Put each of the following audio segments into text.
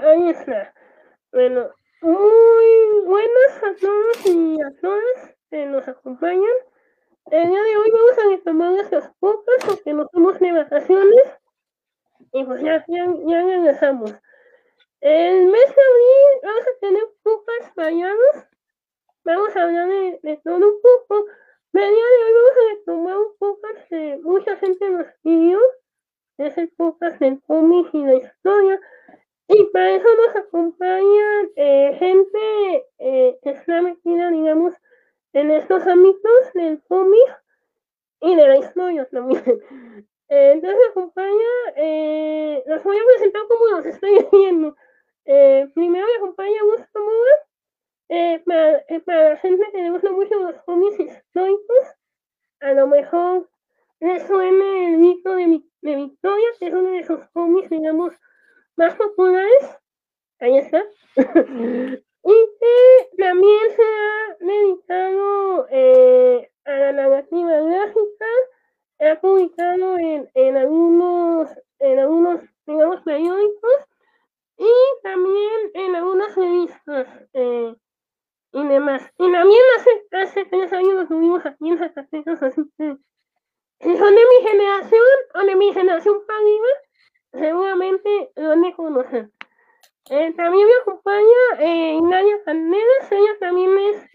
ahí está. Bueno, muy buenas a todos y a todas que nos acompañan. El día de hoy vamos a retomar nuestras podcasts porque nos fuimos de vacaciones y pues ya regresamos. El mes de abril vamos a tener podcasts variados. Vamos a hablar de todo un poco. Pero el día de hoy vamos a retomar un podcast que mucha gente nos pidió. Es el podcast del cómic y la historia. Y para eso nos acompañan gente que está metida, digamos, en estos ámbitos del cómic y de la historia también. Entonces me acompaña, los voy a presentar como los estoy viendo. Primero me acompaña Augusto Moura, para la gente que le gusta mucho los cómics históricos, a lo mejor les suena el mito de Victoria, que es uno de sus cómics, digamos, más populares. Ahí está. Y que también se ha dedicado a la narrativa gráfica, ha publicado en algunos, digamos, periódicos y también en algunas revistas y demás. Y también hace 3 años lo tuvimos aquí en Zacatecas, así que si son de mi generación o de mi generación para arriba, seguramente lo han de conocer. También me acompaña Nadia Candelas, ella también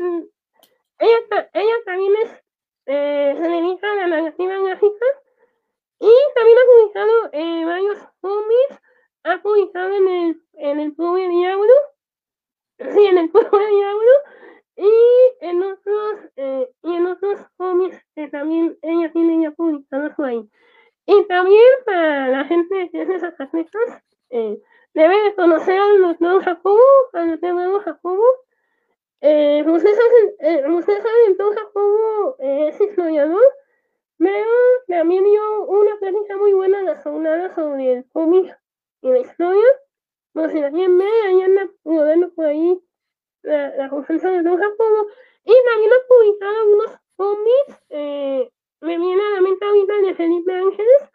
se dedica a la narrativa gráfica y también ha publicado varios cómics, ha publicado en el Pobre Diablo, sí, en el Pobre Diablo, y en otros cómics que también ella tiene ya publicados por ahí. Y también para la gente que es de Zacatecas, debe de conocer al doctor Jacobo, al doctor Jacobo. Ustedes saben, el doctor Jacobo es historiador, pero también dio una plática muy buena en la jornada sobre el cómic y la historia. No sé, alguien ve, ahí anda rodando por ahí la conferencia del doctor Jacobo. Y también ha publicado algunos cómics, me viene a la mente ahorita el de Felipe Ángeles,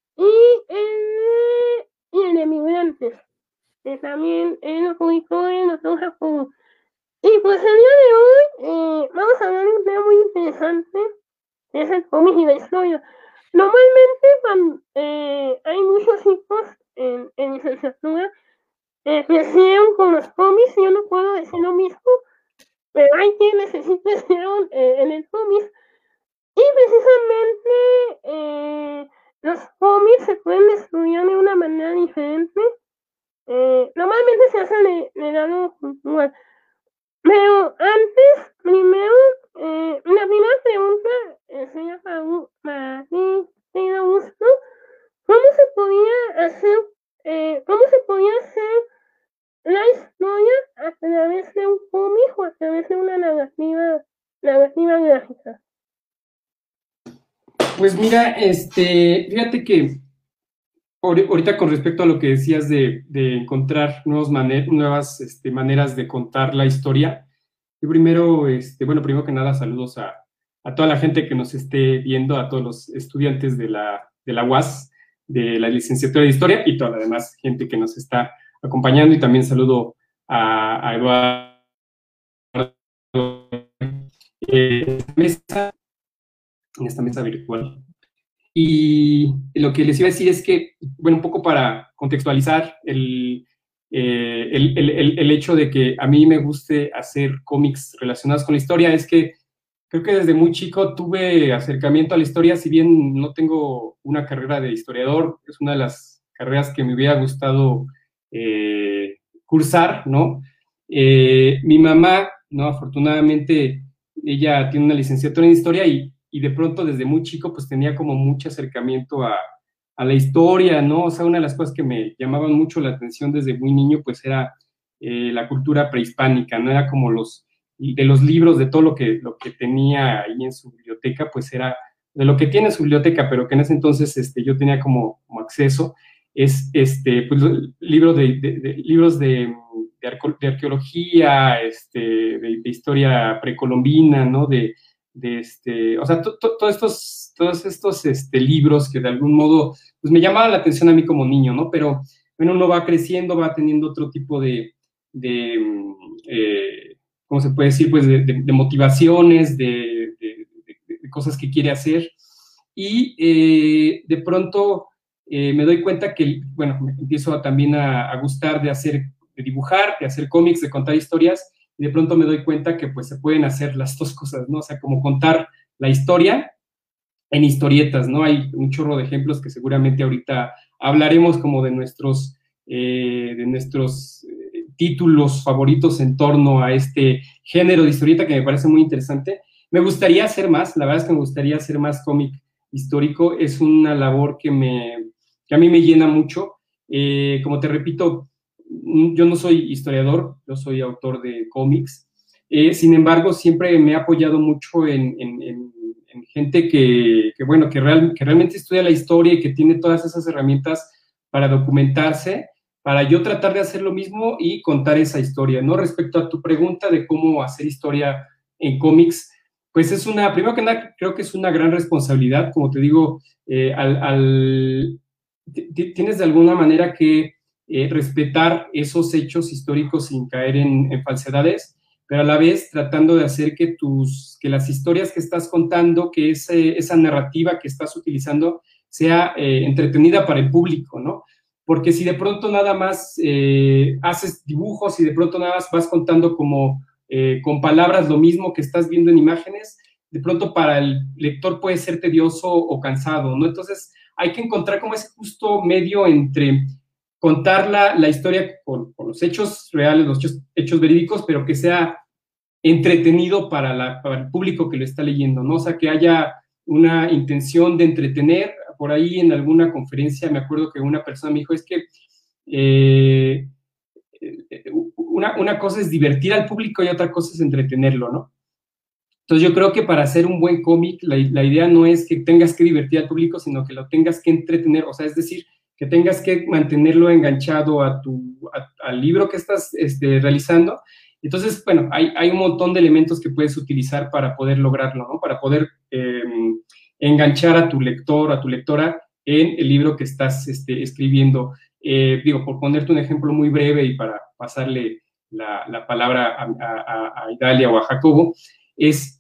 y el de Migrantes, que también lo publicó en Doctor Jacobo. Y pues el día de hoy vamos a hablar de un tema muy interesante, que es el cómic y la historia. Normalmente cuando hay muchos hijos en licenciatura crecieron con los cómics, yo no puedo decir lo mismo, pero hay quienes sí crecieron en el cómic. Y precisamente los cómics se pueden estudiar de una manera diferente. Normalmente se hace de lado cultural. Pero antes, primero, la primera pregunta sería para ti, querido Augusto, ¿cómo se podía hacer la historia a través de un cómic o a través de una narrativa gráfica? Pues mira, fíjate que ahorita con respecto a lo que decías de encontrar nuevas maneras de contar la historia, yo primero, primero que nada, saludos a toda la gente que nos esté viendo, a todos los estudiantes de la UAS, de la licenciatura de Historia y toda la demás gente que nos está acompañando, y también saludo a Eduardo en esta mesa virtual. Y lo que les iba a decir es que, bueno, un poco para contextualizar el hecho de que a mí me guste hacer cómics relacionados con la historia, es que creo que desde muy chico tuve acercamiento a la historia. Si bien no tengo una carrera de historiador, es una de las carreras que me hubiera gustado cursar, ¿no? Mi mamá, ¿no? Afortunadamente, ella tiene una licenciatura en historia y de pronto desde muy chico pues tenía como mucho acercamiento a la historia, ¿no? O sea, una de las cosas que me llamaban mucho la atención desde muy niño pues era la cultura prehispánica, ¿no? Era como de los libros, de todo lo que tenía ahí en su biblioteca, pues era de lo que tiene en su biblioteca, pero que en ese entonces yo tenía como acceso, es pues, libros de arqueología, de historia precolombina, ¿no? O sea, todos estos libros que de algún modo pues me llamaban la atención a mí como niño, ¿no? Pero bueno, uno va creciendo, va teniendo otro tipo de ¿cómo se puede decir? Pues de motivaciones, de cosas que quiere hacer. Y de pronto me doy cuenta que, bueno, me empiezo también a gustar de dibujar, de hacer cómics, de contar historias, y de pronto me doy cuenta que pues se pueden hacer las dos cosas, ¿no? O sea, como contar la historia en historietas, ¿no? Hay un chorro de ejemplos que seguramente ahorita hablaremos como de nuestros títulos favoritos en torno a este género de historieta que me parece muy interesante. Me gustaría hacer más, la verdad es que me gustaría hacer más cómic histórico, es una labor que a mí me llena mucho. Como te repito, yo no soy historiador, yo soy autor de cómics, sin embargo, siempre me he apoyado mucho en gente bueno, que realmente estudia la historia y que tiene todas esas herramientas para documentarse, para yo tratar de hacer lo mismo y contar esa historia, ¿no? Respecto a tu pregunta de cómo hacer historia en cómics, pues primero que nada, creo que es una gran responsabilidad, como te digo, tienes de alguna manera que respetar esos hechos históricos sin caer en falsedades, pero a la vez tratando de hacer que las historias que estás contando, que esa narrativa que estás utilizando sea entretenida para el público, ¿no? Porque si de pronto nada más haces dibujos y de pronto nada más vas contando como con palabras lo mismo que estás viendo en imágenes, de pronto para el lector puede ser tedioso o cansado, ¿no? Entonces hay que encontrar como ese justo medio entre contar la historia con los hechos reales, los hechos verídicos, pero que sea entretenido para el público que lo está leyendo, ¿no? O sea, que haya una intención de entretener. Por ahí en alguna conferencia me acuerdo que una persona me dijo, es que una cosa es divertir al público y otra cosa es entretenerlo, ¿no? Entonces yo creo que para hacer un buen cómic, la idea no es que tengas que divertir al público, sino que lo tengas que entretener, o sea, es decir, que tengas que mantenerlo enganchado al libro que estás realizando. Entonces, bueno, hay un montón de elementos que puedes utilizar para poder lograrlo, ¿no? Para poder enganchar a tu lector, a tu lectora en el libro que estás escribiendo. Digo, por ponerte un ejemplo muy breve y para pasarle la palabra a Idalia o a Jacobo, es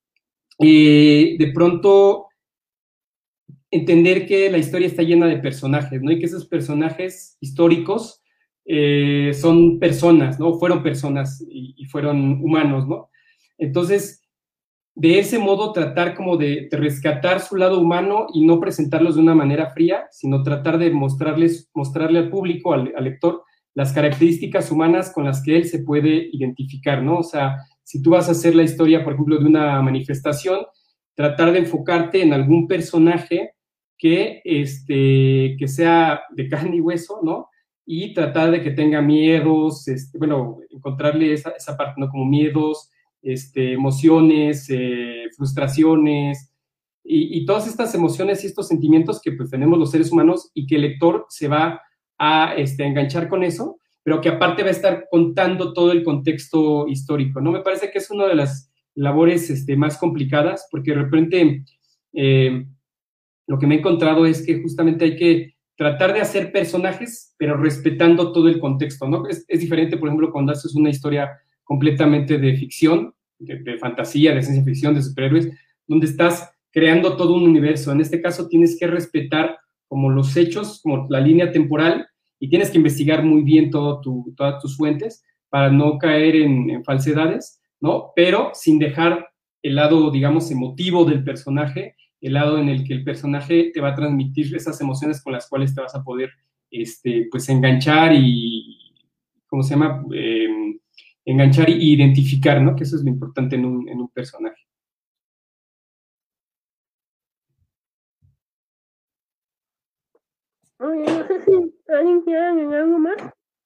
de pronto entender que la historia está llena de personajes, ¿no? Y que esos personajes históricos son personas, ¿no? Fueron personas y fueron humanos, ¿no? Entonces, de ese modo tratar como de rescatar su lado humano y no presentarlos de una manera fría, sino tratar de mostrarle al público, al lector, las características humanas con las que él se puede identificar, ¿no? O sea, si tú vas a hacer la historia, por ejemplo, de una manifestación, tratar de enfocarte en algún personaje que sea de carne y hueso, ¿no? Y tratar de que tenga miedos, bueno, encontrarle esa parte, ¿no? Como miedos, emociones, frustraciones, y todas estas emociones y estos sentimientos que pues tenemos los seres humanos y que el lector se va a enganchar con eso, pero que aparte va a estar contando todo el contexto histórico, ¿no? Me parece que es una de las labores más complicadas, porque de repente lo que me he encontrado es que justamente hay que tratar de hacer personajes, pero respetando todo el contexto, ¿no? Es diferente, por ejemplo, cuando haces una historia completamente de ficción, de fantasía, de ciencia ficción, de superhéroes, donde estás creando todo un universo. En este caso tienes que respetar como los hechos, como la línea temporal, y tienes que investigar muy bien todas tus fuentes para no caer en falsedades, ¿no? Pero sin dejar el lado, digamos, emotivo del personaje, el lado en el que el personaje te va a transmitir esas emociones con las cuales te vas a poder, pues, enganchar y, ¿cómo se llama? Enganchar e identificar, ¿no? Que eso es lo importante en un personaje. Oye, no sé si alguien quiere agregar algo más.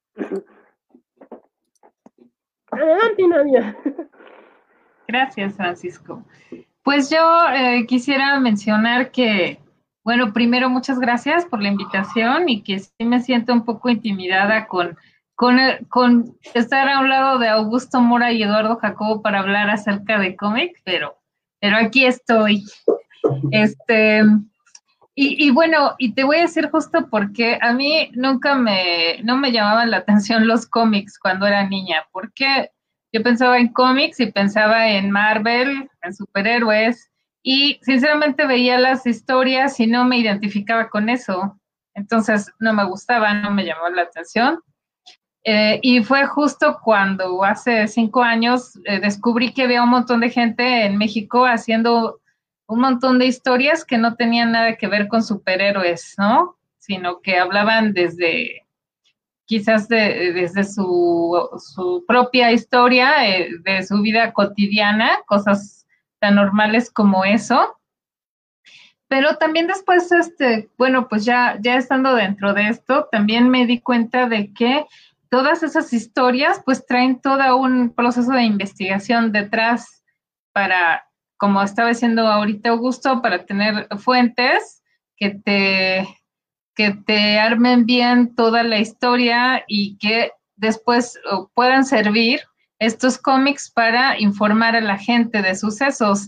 Adelante, Nadia. Gracias, Francisco. Pues yo quisiera mencionar que, bueno, primero muchas gracias por la invitación y que sí me siento un poco intimidada con estar a un lado de Augusto Mora y Eduardo Jacobo para hablar acerca de cómic, pero aquí estoy. Y bueno, y te voy a decir justo porque a mí no me llamaban la atención los cómics cuando era niña, porque yo pensaba en cómics y pensaba en Marvel, en superhéroes, y sinceramente veía las historias y no me identificaba con eso. Entonces no me gustaba, no me llamó la atención. Y fue justo cuando hace 5 años descubrí que había un montón de gente en México haciendo un montón de historias que no tenían nada que ver con superhéroes, ¿no? Sino que hablaban desde, quizás desde su propia historia, de su vida cotidiana, cosas tan normales como eso. Pero también después, bueno, pues ya estando dentro de esto, también me di cuenta de que todas esas historias pues traen todo un proceso de investigación detrás para, como estaba diciendo ahorita Augusto, para tener fuentes que te, que te armen bien toda la historia y que después puedan servir estos cómics para informar a la gente de sucesos.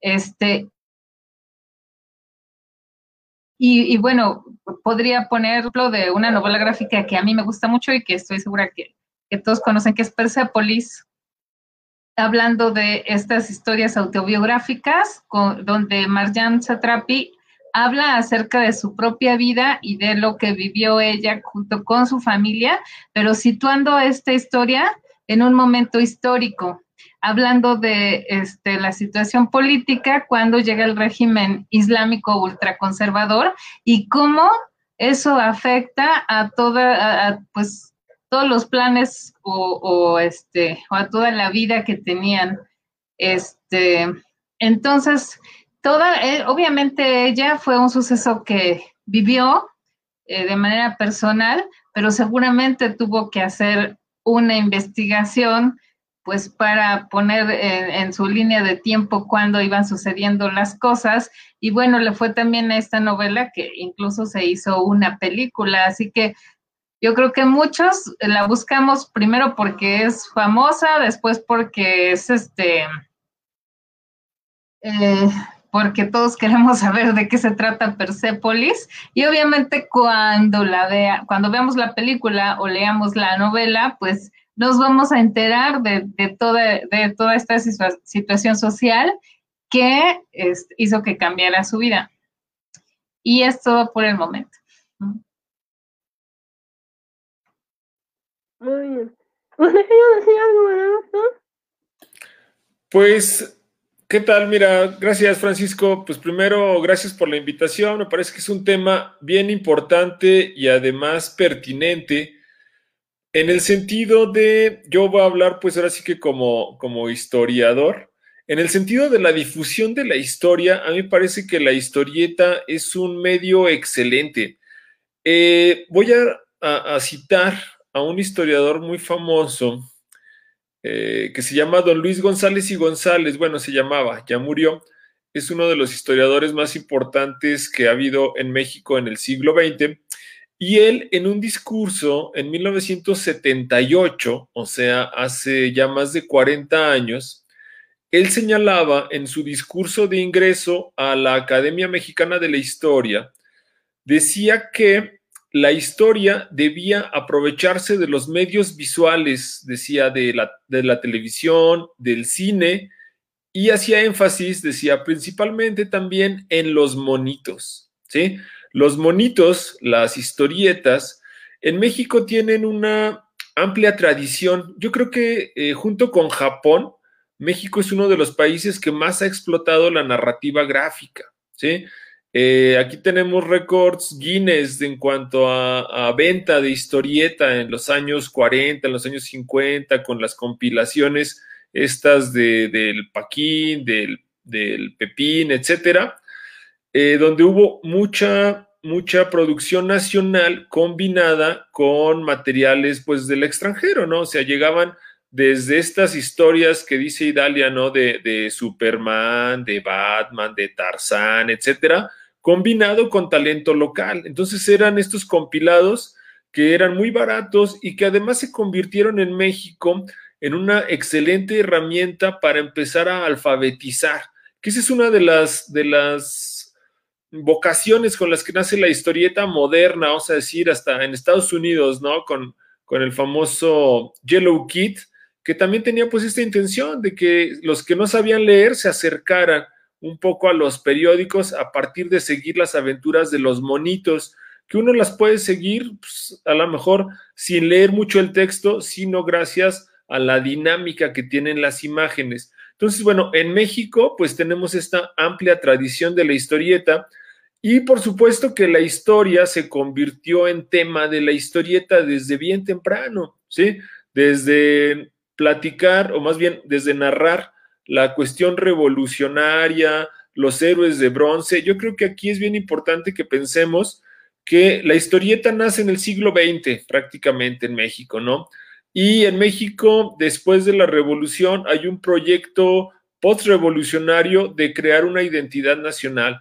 Y bueno, podría ponerlo de una novela gráfica que a mí me gusta mucho y que estoy segura que todos conocen, que es Persepolis, hablando de estas historias autobiográficas, donde Marjane Satrapi habla acerca de su propia vida y de lo que vivió ella junto con su familia, pero situando esta historia en un momento histórico, hablando de la situación política cuando llega el régimen islámico ultraconservador y cómo eso afecta a pues todos los planes o a toda la vida que tenían. Entonces, obviamente ella fue un suceso que vivió de manera personal, pero seguramente tuvo que hacer una investigación pues para poner en su línea de tiempo cuando iban sucediendo las cosas. Y bueno, le fue también a esta novela que incluso se hizo una película, así que yo creo que muchos la buscamos primero porque es famosa, después porque es eh, porque todos queremos saber de qué se trata Persépolis, y obviamente cuando veamos la película o leamos la novela, pues nos vamos a enterar de toda esta situación social que hizo que cambiara su vida. Y es todo por el momento. Muy bien. ¿Usted quería decir algo, verdad? Pues, ¿qué tal? Mira, gracias Francisco. Pues primero, gracias por la invitación. Me parece que es un tema bien importante y además pertinente en el sentido de, yo voy a hablar pues ahora sí que como historiador, en el sentido de la difusión de la historia, a mí me parece que la historieta es un medio excelente. Voy a citar a un historiador muy famoso que se llama don Luis González y González, bueno, se llamaba, ya murió, es uno de los historiadores más importantes que ha habido en México en el siglo XX, y él en un discurso en 1978, o sea, hace ya más de 40 años, él señalaba en su discurso de ingreso a la Academia Mexicana de la Historia, decía que la historia debía aprovecharse de los medios visuales, decía, de la televisión, del cine, y hacía énfasis, decía, principalmente también en los monitos, ¿sí? Los monitos, las historietas, en México tienen una amplia tradición. Yo creo que junto con Japón, México es uno de los países que más ha explotado la narrativa gráfica, ¿sí? Aquí tenemos récords Guinness en cuanto a venta de historieta en los años 40, en los años 50, con las compilaciones estas del Paquín, del Pepín, etcétera, donde hubo mucha producción nacional combinada con materiales pues del extranjero, ¿no? O sea, llegaban desde estas historias que dice Idalia, ¿no? De Superman, de Batman, de Tarzán, etcétera, combinado con talento local. Entonces eran estos compilados que eran muy baratos y que además se convirtieron en México en una excelente herramienta para empezar a alfabetizar, que esa es una de las vocaciones con las que nace la historieta moderna, vamos a decir, hasta en Estados Unidos, ¿no? Con el famoso Yellow Kid, que también tenía pues esta intención de que los que no sabían leer se acercaran un poco a los periódicos a partir de seguir las aventuras de los monitos, que uno las puede seguir pues, a lo mejor sin leer mucho el texto, sino gracias a la dinámica que tienen las imágenes. Entonces, bueno, en México pues tenemos esta amplia tradición de la historieta y por supuesto que la historia se convirtió en tema de la historieta desde bien temprano, ¿sí? Desde platicar, o más bien desde narrar la cuestión revolucionaria, los héroes de bronce. Yo creo que aquí es bien importante que pensemos que la historieta nace en el siglo XX prácticamente en México, ¿no? Y en México, después de la revolución, hay un proyecto postrevolucionario de crear una identidad nacional.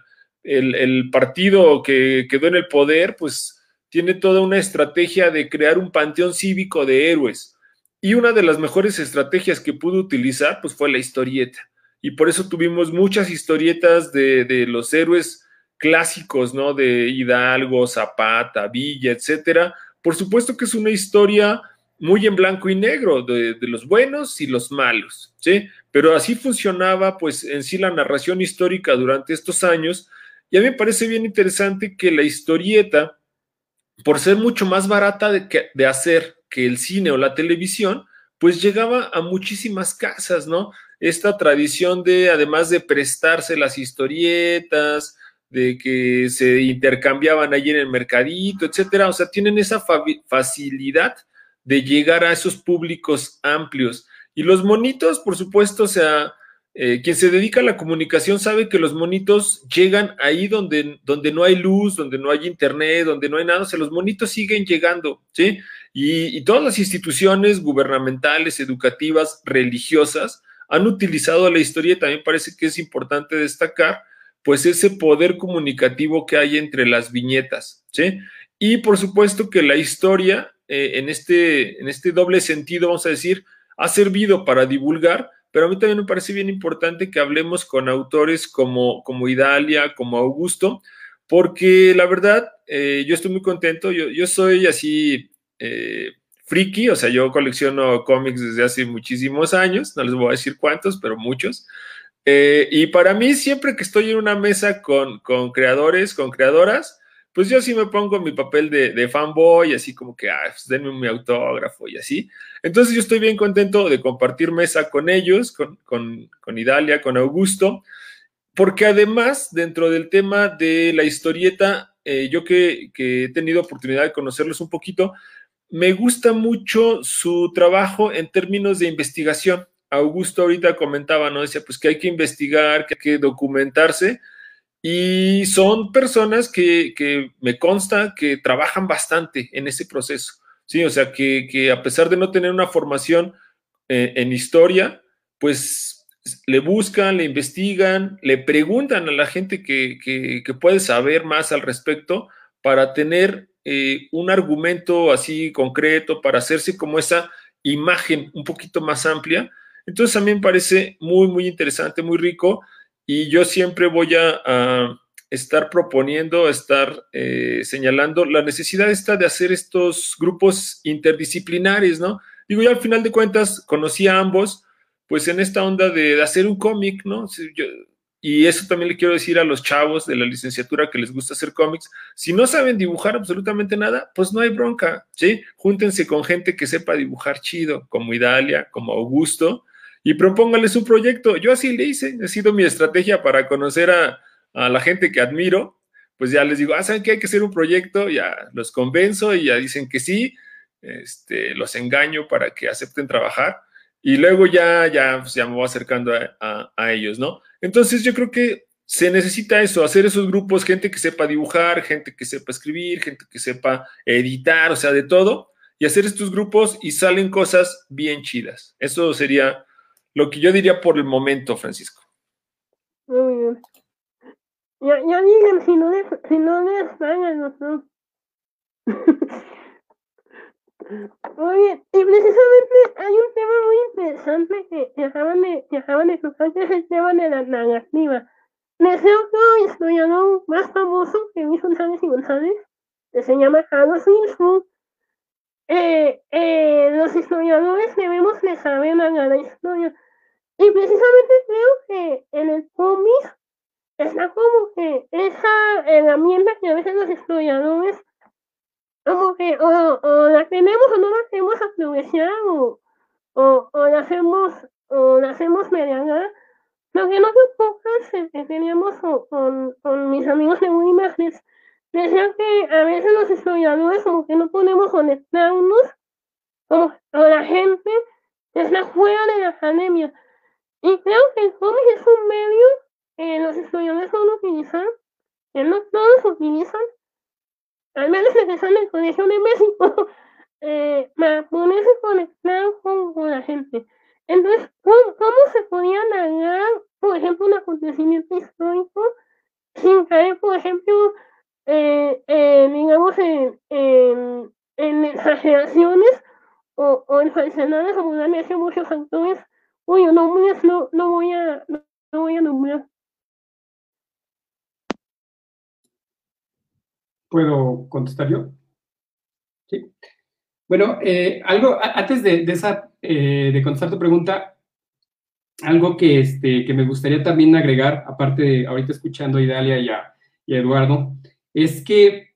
El partido que quedó en el poder, pues tiene toda una estrategia de crear un panteón cívico de héroes. Y una de las mejores estrategias que pudo utilizar, pues fue la historieta. Y por eso tuvimos muchas historietas de los héroes clásicos, ¿no? De Hidalgo, Zapata, Villa, etcétera. Por supuesto que es una historia muy en blanco y negro, de los buenos y los malos, ¿sí? Pero así funcionaba, pues, en sí la narración histórica durante estos años, y a mí me parece bien interesante que la historieta, por ser mucho más barata de hacer que el cine o la televisión, pues llegaba a muchísimas casas, ¿no? Esta tradición de, además de prestarse las historietas, de que se intercambiaban allí en el mercadito, etcétera, o sea, tienen esa facilidad de llegar a esos públicos amplios. Y los monitos, por supuesto, o sea, quien se dedica a la comunicación sabe que los monitos llegan ahí donde no hay luz, donde no hay internet, donde no hay nada, o sea, los monitos siguen llegando, ¿sí? Y todas las instituciones gubernamentales, educativas, religiosas, han utilizado la historieta. También parece que es importante destacar, pues, ese poder comunicativo que hay entre las viñetas, ¿sí? Y por supuesto que la historia, en este doble sentido, vamos a decir, ha servido para divulgar, pero a mí también me parece bien importante que hablemos con autores como Idalia, como Augusto, porque la verdad, yo estoy muy contento, yo soy así friki, o sea, yo colecciono cómics desde hace muchísimos años, no les voy a decir cuántos, pero muchos, y para mí, siempre que estoy en una mesa con creadores, con creadoras, pues yo sí me pongo mi papel de fanboy, así como que, pues denme mi autógrafo y así. Entonces yo estoy bien contento de compartir mesa con ellos, con Idalia, con Augusto, porque además, dentro del tema de la historieta, yo que he tenido oportunidad de conocerlos un poquito, me gusta mucho su trabajo en términos de investigación. Augusto ahorita comentaba, ¿no? Decía, pues que hay que investigar, que hay que documentarse, y son personas que me consta que trabajan bastante en ese proceso, ¿sí? O sea, que a pesar de no tener una formación en historia, pues le buscan, le investigan, le preguntan a la gente que puede saber más al respecto para tener un argumento así concreto, para hacerse como esa imagen un poquito más amplia. Entonces a mí me parece muy, muy interesante, muy rico, y yo siempre voy a estar proponiendo, estar señalando la necesidad esta de hacer estos grupos interdisciplinares, ¿no? Digo, yo al final de cuentas conocí a ambos, pues en esta onda de hacer un cómic, ¿no? Y eso también le quiero decir a los chavos de la licenciatura que les gusta hacer cómics, si no saben dibujar absolutamente nada, pues no hay bronca, ¿sí? Júntense con gente que sepa dibujar chido, como Idalia, como Augusto, y propónganles un proyecto. Yo así le hice, ha sido mi estrategia para conocer a la gente que admiro, pues ya les digo, ¿saben qué? Hay que hacer un proyecto, ya los convenzo y ya dicen que sí, los engaño para que acepten trabajar, y luego pues ya me voy acercando a ellos, ¿no? Entonces yo creo que se necesita eso, hacer esos grupos, gente que sepa dibujar, gente que sepa escribir, gente que sepa editar, o sea, de todo, y hacer estos grupos y salen cosas bien chidas. Eso sería lo que yo diría por el momento, Francisco. Muy bien. Ya digan si no les pagan los dos. Muy bien, y precisamente hay un tema muy interesante que acaban de tocar, que es el tema de la narrativa. deseo que el historiador más famoso que Luis González y González, que se llama Carlos Winslow. Los historiadores debemos de saber hablar la historia. Y precisamente creo que en el cómic está como que esa herramienta que a veces los historiadores como que o la tenemos o no la queremos aprovechar o la hacemos mediana. Lo que no te pocas que teníamos con mis amigos de Unimages decían que a veces los historiadores como que no podemos conectarnos como con la gente que está fuera de la academia. Y creo que el cómic es un medio que los historiadores no lo utilizan, que no todos lo utilizan, al menos los que están en el Colegio de México, para poderse conectar con la gente. Entonces, ¿cómo se podía narrar, por ejemplo, un acontecimiento histórico sin caer, por ejemplo, digamos, en exageraciones o en falsedades, como lo han hecho muchos autores cuyos nombres no voy a nombrar? ¿Puedo contestar yo? Sí. Bueno, antes de contestar tu pregunta, algo que me gustaría también agregar, aparte de ahorita escuchando a Idalia y a Eduardo, es que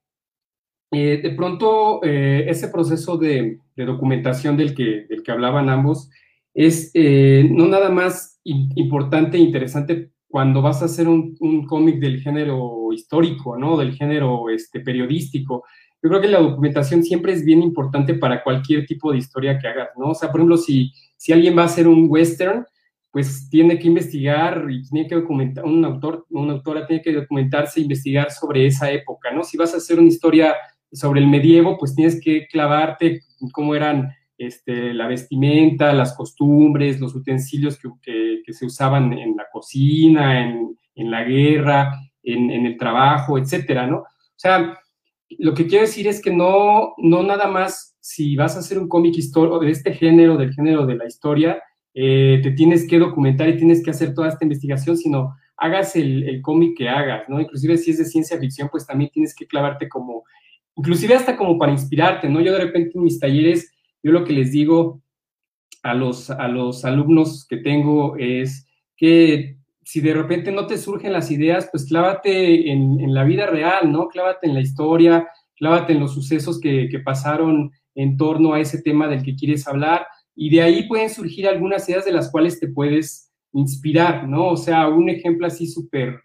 de pronto ese proceso de documentación del que hablaban ambos es no nada más importante e interesante cuando vas a hacer un cómic del género histórico, ¿no? Del género periodístico. Yo creo que la documentación siempre es bien importante para cualquier tipo de historia que hagas, ¿no? O sea, por ejemplo, si alguien va a hacer un western, pues tiene que investigar y tiene que documentar, un autor o una autora tiene que documentarse e investigar sobre esa época, ¿no? Si vas a hacer una historia sobre el medievo, pues tienes que clavarte cómo eran la vestimenta, las costumbres, los utensilios que se usaban en la cocina, en la guerra, en el trabajo, etcétera, ¿no? O sea, lo que quiero decir es que no nada más si vas a hacer un cómic histórico de este género, del género de la historia, te tienes que documentar y tienes que hacer toda esta investigación, sino hagas el cómic que hagas, ¿no? Inclusive si es de ciencia ficción, pues también tienes que clavarte como, inclusive hasta como para inspirarte, ¿no? Yo de repente en mis talleres, yo lo que les digo a los alumnos que tengo es que si de repente no te surgen las ideas, pues clávate en la vida real, ¿no? Clávate en la historia, clávate en los sucesos que pasaron en torno a ese tema del que quieres hablar, y de ahí pueden surgir algunas ideas de las cuales te puedes inspirar, ¿no? O sea, un ejemplo así súper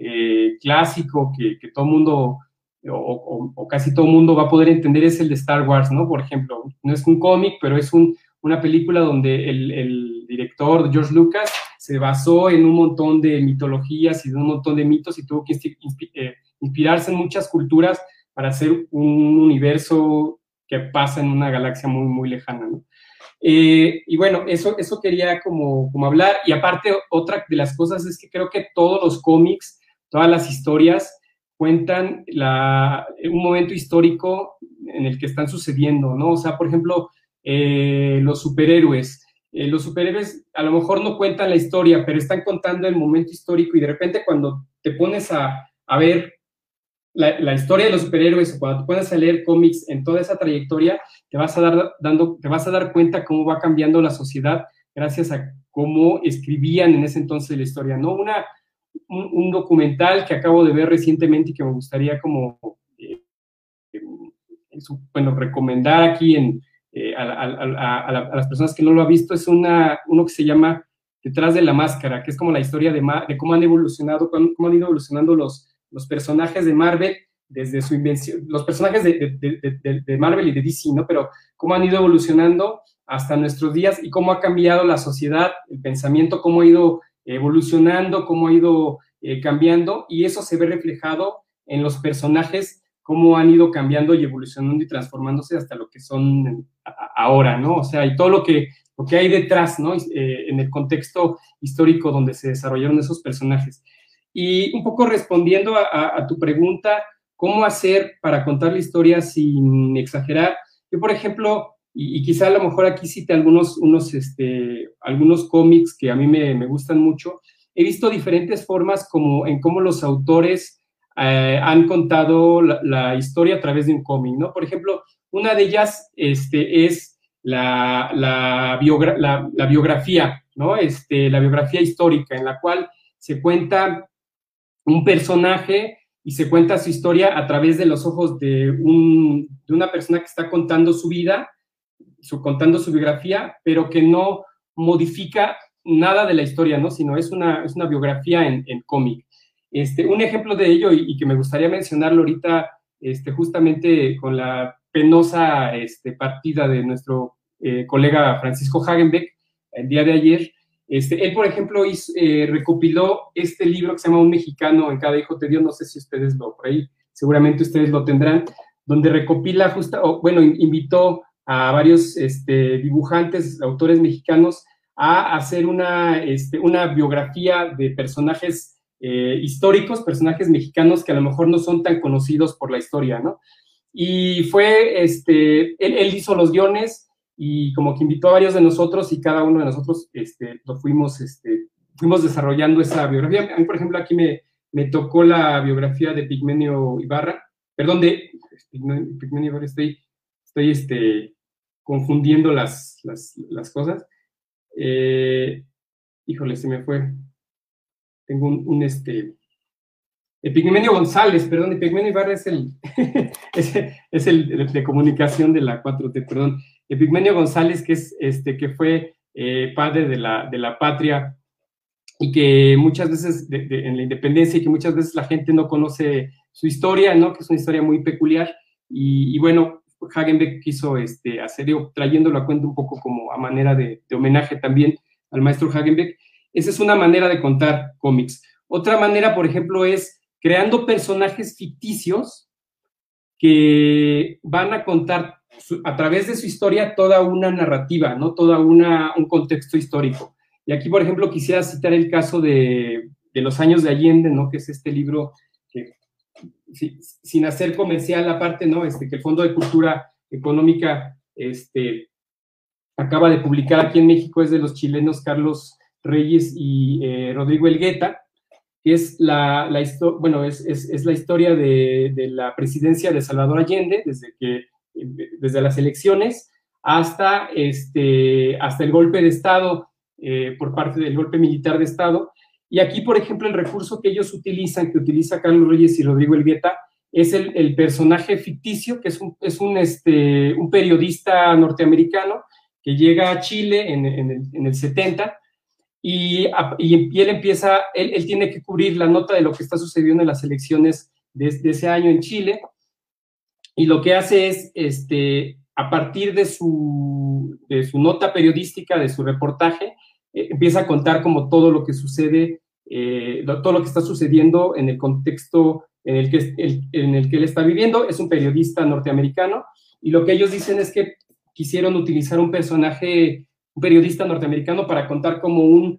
clásico que todo mundo o casi todo mundo va a poder entender es el de Star Wars, ¿no? Por ejemplo, no es un cómic, pero es una película donde el director George Lucas se basó en un montón de mitologías y de un montón de mitos y tuvo que inspirarse en muchas culturas para hacer un universo que pasa en una galaxia muy, muy lejana, ¿no? Y bueno, eso quería como hablar. Y aparte, otra de las cosas es que creo que todos los cómics, todas las historias cuentan un momento histórico en el que están sucediendo, ¿no? O sea, por ejemplo, los superhéroes. Los superhéroes a lo mejor no cuentan la historia, pero están contando el momento histórico, y de repente cuando te pones a ver la historia de los superhéroes o cuando te pones a leer cómics en toda esa trayectoria, te vas a dar cuenta cómo va cambiando la sociedad gracias a cómo escribían en ese entonces la historia, ¿no? Un documental que acabo de ver recientemente y que me gustaría como recomendar aquí a las personas que no lo han visto, es uno que se llama Detrás de la Máscara, que es como la historia de cómo han evolucionado, cómo han ido evolucionando los personajes de Marvel desde su invención, los personajes de Marvel y de DC, ¿no? Pero cómo han ido evolucionando hasta nuestros días y cómo ha cambiado la sociedad, el pensamiento, cómo ha ido evolucionando, cómo ha ido cambiando, y eso se ve reflejado en los personajes, cómo han ido cambiando y evolucionando y transformándose hasta lo que son ahora, ¿no? O sea, y todo lo que hay detrás, ¿no? En el contexto histórico donde se desarrollaron esos personajes. Y un poco respondiendo a tu pregunta, ¿cómo hacer para contar la historia sin exagerar? Yo, por ejemplo, y quizá a lo mejor aquí cite algunos cómics que a mí me gustan mucho, he visto diferentes formas en cómo los autores han contado la historia a través de un cómic, ¿no? Por ejemplo, una de ellas es la biografía, ¿no? La biografía histórica, en la cual se cuenta un personaje y se cuenta su historia a través de los ojos de una persona que está contando su vida, contando su biografía, pero que no modifica nada de la historia, ¿no? Sino es una biografía en cómic. Un ejemplo de ello, y que me gustaría mencionarlo ahorita, justamente con la penosa partida de nuestro colega Francisco Hagenbeck el día de ayer. Él, por ejemplo, recopiló este libro que se llama Un mexicano en cada hijo de Dios, no sé si ustedes por ahí, seguramente ustedes lo tendrán, donde recopila invitó a varios dibujantes, autores mexicanos, a hacer una biografía de personajes históricos, personajes mexicanos que a lo mejor no son tan conocidos por la historia, ¿no? Y fue, él hizo los guiones y como que invitó a varios de nosotros y cada uno de nosotros lo fuimos desarrollando esa biografía. A mí, por ejemplo, aquí me tocó la biografía de Pigmenio Ibarra, perdón, de Pigmenio Ibarra, estoy confundiendo las cosas. Híjole, se me fue. Tengo Epigmenio González, perdón, Epigmenio Ibarra es es el de comunicación de la 4T, perdón. Epigmenio González, que fue padre de la patria y que muchas veces en la independencia y que muchas veces la gente no conoce su historia, ¿no? Que es una historia muy peculiar y bueno, Hagenbeck quiso trayéndolo a cuenta un poco como a manera de homenaje también al maestro Hagenbeck. Esa es una manera de contar cómics. Otra manera, por ejemplo, es creando personajes ficticios que van a contar a través de su historia toda una narrativa, ¿no? Todo un contexto histórico. Y aquí, por ejemplo, quisiera citar el caso de Los años de Allende, ¿no? Que es este libro que, sin hacer comercial aparte, ¿no? Que el Fondo de Cultura Económica acaba de publicar aquí en México, es de los chilenos Carlos Reyes y Rodrigo Elgueta, que es la historia de la presidencia de Salvador Allende, desde las elecciones hasta el golpe de Estado, por parte del golpe militar de Estado. Y aquí, por ejemplo, el recurso que ellos utilizan, que utiliza Carlos Reyes y Rodrigo Elgueta, es el personaje ficticio, que es un periodista norteamericano que llega a Chile en el 70, y él tiene que cubrir la nota de lo que está sucediendo en las elecciones de ese año en Chile, y lo que hace es, a partir de su nota periodística, de su reportaje, empieza a contar como todo lo que sucede, todo lo que está sucediendo en el contexto en el que él está viviendo. Es un periodista norteamericano, y lo que ellos dicen es que quisieron utilizar un periodista norteamericano para contar como un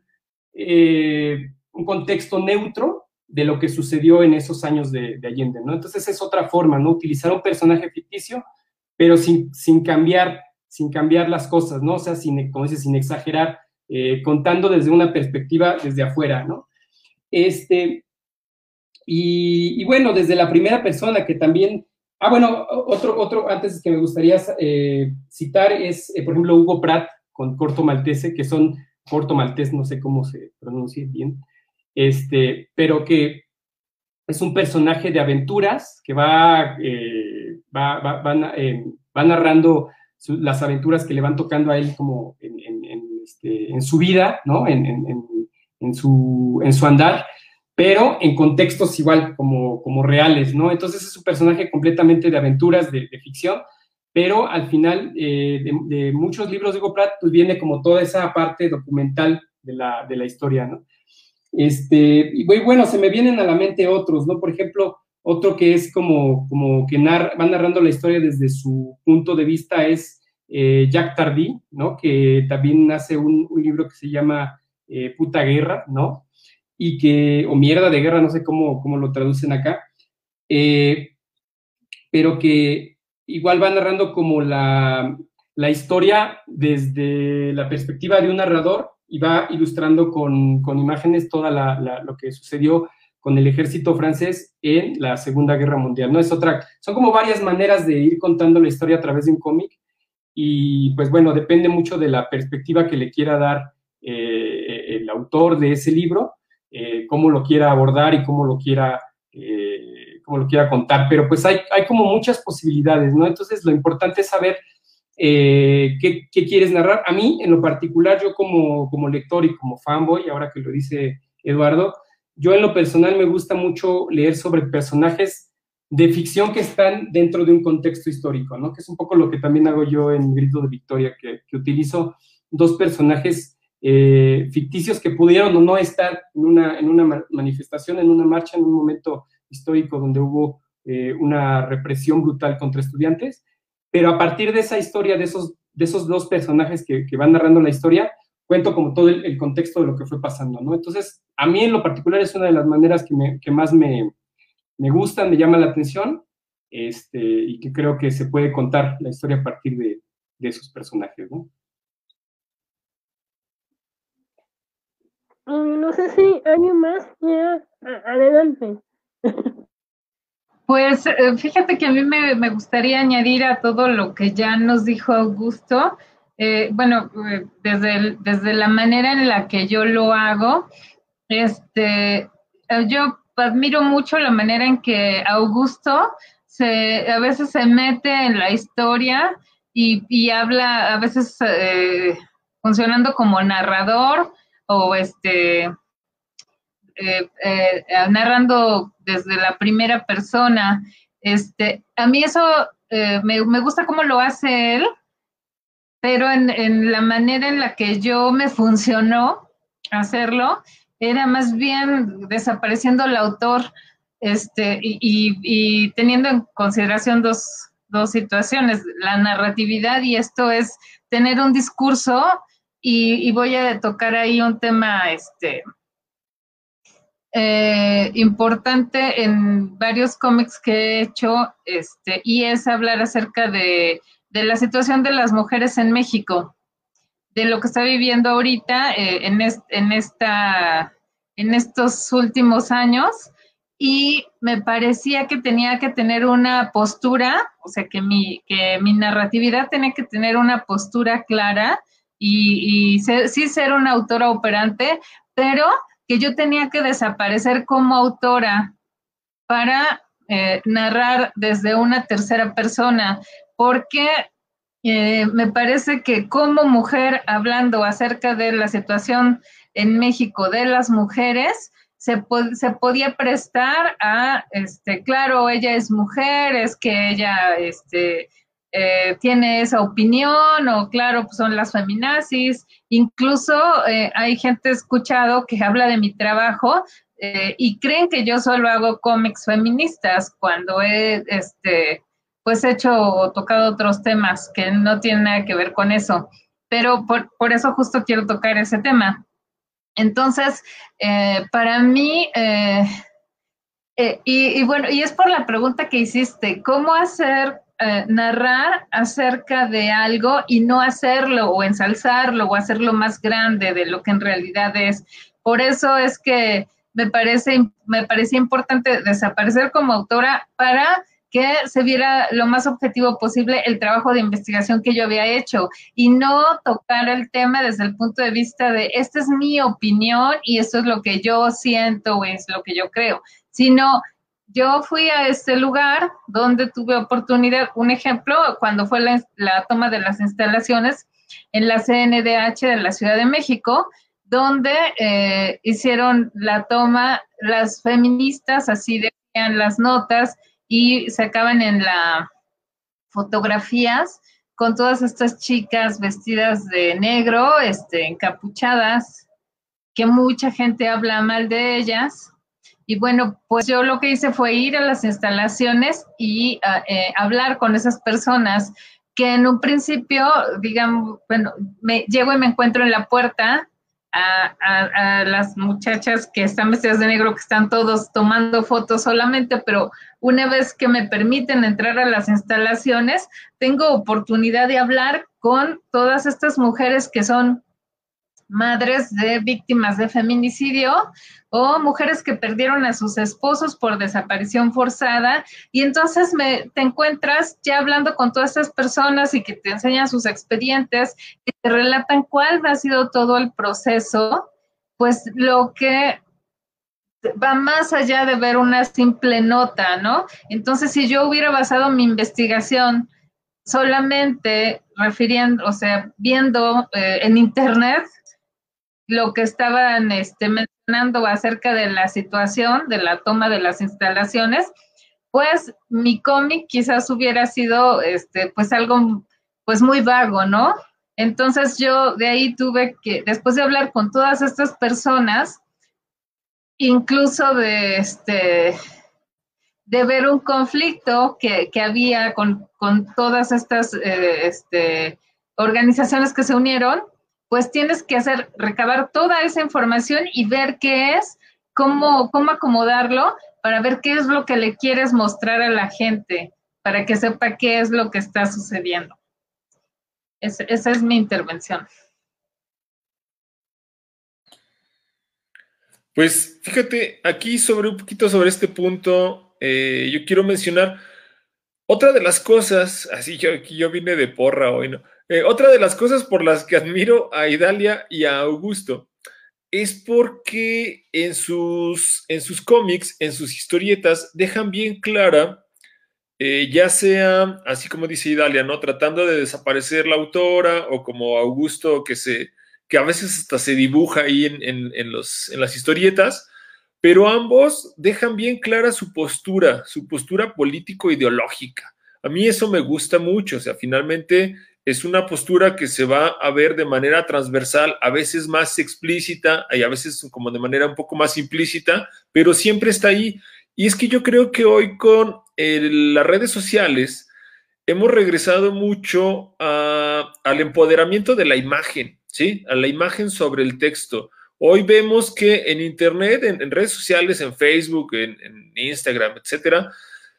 contexto neutro de lo que sucedió en esos años de Allende, ¿no? Entonces es otra forma, ¿no? Utilizar un personaje ficticio, pero sin cambiar las cosas, ¿no? O sea, sin exagerar, contando desde una perspectiva desde afuera, ¿no? Y bueno, desde la primera persona, que también... otro antes que me gustaría citar es, por ejemplo, Hugo Pratt con Corto Maltese, que son Corto Maltés, no sé cómo se pronuncia bien, pero que es un personaje de aventuras que va narrando las aventuras que le van tocando a él como en su vida, ¿no? En su andar, pero en contextos igual como reales, ¿no? Entonces es un personaje completamente de aventuras, de ficción, pero al final de muchos libros de Hugo Pratt, pues viene como toda esa parte documental de la historia, ¿no? Y bueno, se me vienen a la mente otros, ¿no? Por ejemplo, otro que es como que va narrando la historia desde su punto de vista es Jack Tardy, ¿no? Que también hace un libro que se llama Puta Guerra, ¿no? O Mierda de Guerra, no sé cómo lo traducen acá, pero que igual va narrando como la historia desde la perspectiva de un narrador, y va ilustrando con imágenes toda lo que sucedió con el ejército francés en la Segunda Guerra Mundial, ¿no? Son como varias maneras de ir contando la historia a través de un cómic, y pues bueno, depende mucho de la perspectiva que le quiera dar el autor de ese libro, cómo lo quiera abordar y cómo lo quiera contar, pero pues hay como muchas posibilidades, ¿no? Entonces lo importante es saber qué quieres narrar. A mí, en lo particular, yo como lector y como fanboy, ahora que lo dice Eduardo, yo en lo personal me gusta mucho leer sobre personajes de ficción que están dentro de un contexto histórico, ¿no? Que es un poco lo que también hago yo en Grito de Victoria, que utilizo dos personajes ficticios que pudieron o no estar en una manifestación, en una marcha, en un momento histórico donde hubo una represión brutal contra estudiantes, pero a partir de esa historia, de esos dos personajes que van narrando la historia, cuento como todo el contexto de lo que fue pasando, ¿no? Entonces, a mí en lo particular es una de las maneras que más me gustan, me llama la atención, y que creo que se puede contar la historia a partir de esos personajes, ¿no? No sé si alguien más quiera, adelante. Pues fíjate que a mí me gustaría añadir a todo lo que ya nos dijo Augusto, desde la manera en la que yo lo hago, yo admiro mucho la manera en que Augusto a veces se mete en la historia y habla, a veces funcionando como narrador o narrando desde la primera persona. A mí eso me gusta cómo lo hace él, pero en la manera en la que yo me funcionó hacerlo, era más bien desapareciendo el autor, y teniendo en consideración dos situaciones, la narratividad, y esto es tener un discurso, y voy a tocar ahí un tema importante en varios cómics que he hecho, y es hablar acerca de la situación de las mujeres en México, de lo que está viviendo ahorita en estos últimos años, y me parecía que tenía que tener una postura, o sea, que mi narratividad tenía que tener una postura clara y sí ser una autora operante, pero que yo tenía que desaparecer como autora para narrar desde una tercera persona, porque me parece que como mujer, hablando acerca de la situación en México de las mujeres, se podía prestar a, claro, ella es mujer, es que ella tiene esa opinión, o claro, pues son las feminazis. Incluso hay gente escuchado que habla de mi trabajo y creen que yo solo hago cómics feministas, cuando he pues hecho o tocado otros temas que no tienen nada que ver con eso. Pero por eso justo quiero tocar ese tema. Entonces, para mí, bueno, y es por la pregunta que hiciste, ¿cómo hacer narrar acerca de algo y no hacerlo o ensalzarlo o hacerlo más grande de lo que en realidad es? Por eso es que me parecía importante desaparecer como autora para que se viera lo más objetivo posible el trabajo de investigación que yo había hecho, y no tocar el tema desde el punto de vista de esta es mi opinión y esto es lo que yo siento o es lo que yo creo, sino yo fui a este lugar donde tuve oportunidad. Un ejemplo, cuando fue la toma de las instalaciones en la CNDH de la Ciudad de México, donde hicieron la toma las feministas, así decían las notas, y sacaban en la fotografías con todas estas chicas vestidas de negro, encapuchadas, que mucha gente habla mal de ellas. Y bueno, pues yo lo que hice fue ir a las instalaciones y hablar con esas personas que en un principio, digamos, bueno, llego y me encuentro en la puerta a las muchachas que están vestidas de negro, que están todos tomando fotos solamente, pero una vez que me permiten entrar a las instalaciones, tengo oportunidad de hablar con todas estas mujeres que son madres de víctimas de feminicidio o mujeres que perdieron a sus esposos por desaparición forzada, y entonces te encuentras ya hablando con todas estas personas y que te enseñan sus expedientes y te relatan cuál ha sido todo el proceso, pues lo que va más allá de ver una simple nota, ¿no? Entonces, si yo hubiera basado mi investigación solamente refiriendo, o sea, viendo en internet lo que estaban mencionando acerca de la situación, de la toma de las instalaciones, pues mi cómic quizás hubiera sido pues algo pues muy vago, ¿no? Entonces yo de ahí tuve que, después de hablar con todas estas personas, incluso de ver un conflicto que había con todas estas organizaciones que se unieron, pues tienes que recabar toda esa información y ver qué es, cómo acomodarlo para ver qué es lo que le quieres mostrar a la gente, para que sepa qué es lo que está sucediendo. Esa es mi intervención. Pues fíjate, aquí un poquito sobre este punto, yo quiero mencionar otra de las cosas, así yo vine de porra hoy, ¿no? Otra de las cosas por las que admiro a Idalia y a Augusto es porque en sus cómics, en sus historietas, dejan bien clara, ya sea, así como dice Idalia, ¿no? Tratando de desaparecer la autora, o como Augusto, que a veces hasta se dibuja ahí en las historietas, pero ambos dejan bien clara su postura político-ideológica. A mí eso me gusta mucho, o sea, finalmente es una postura que se va a ver de manera transversal, a veces más explícita y a veces como de manera un poco más implícita, pero siempre está ahí. Y es que yo creo que hoy con las redes sociales hemos regresado mucho al empoderamiento de la imagen, ¿sí? A la imagen sobre el texto. Hoy vemos que en internet, en redes sociales, en Facebook, en Instagram, etcétera,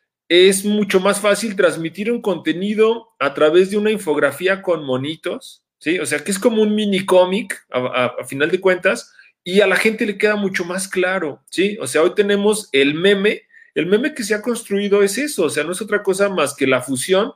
es mucho más fácil transmitir un contenido a través de una infografía con monitos, ¿sí? O sea, que es como un mini cómic, a final de cuentas, y a la gente le queda mucho más claro, ¿sí? O sea, hoy tenemos el meme que se ha construido es eso, o sea, no es otra cosa más que la fusión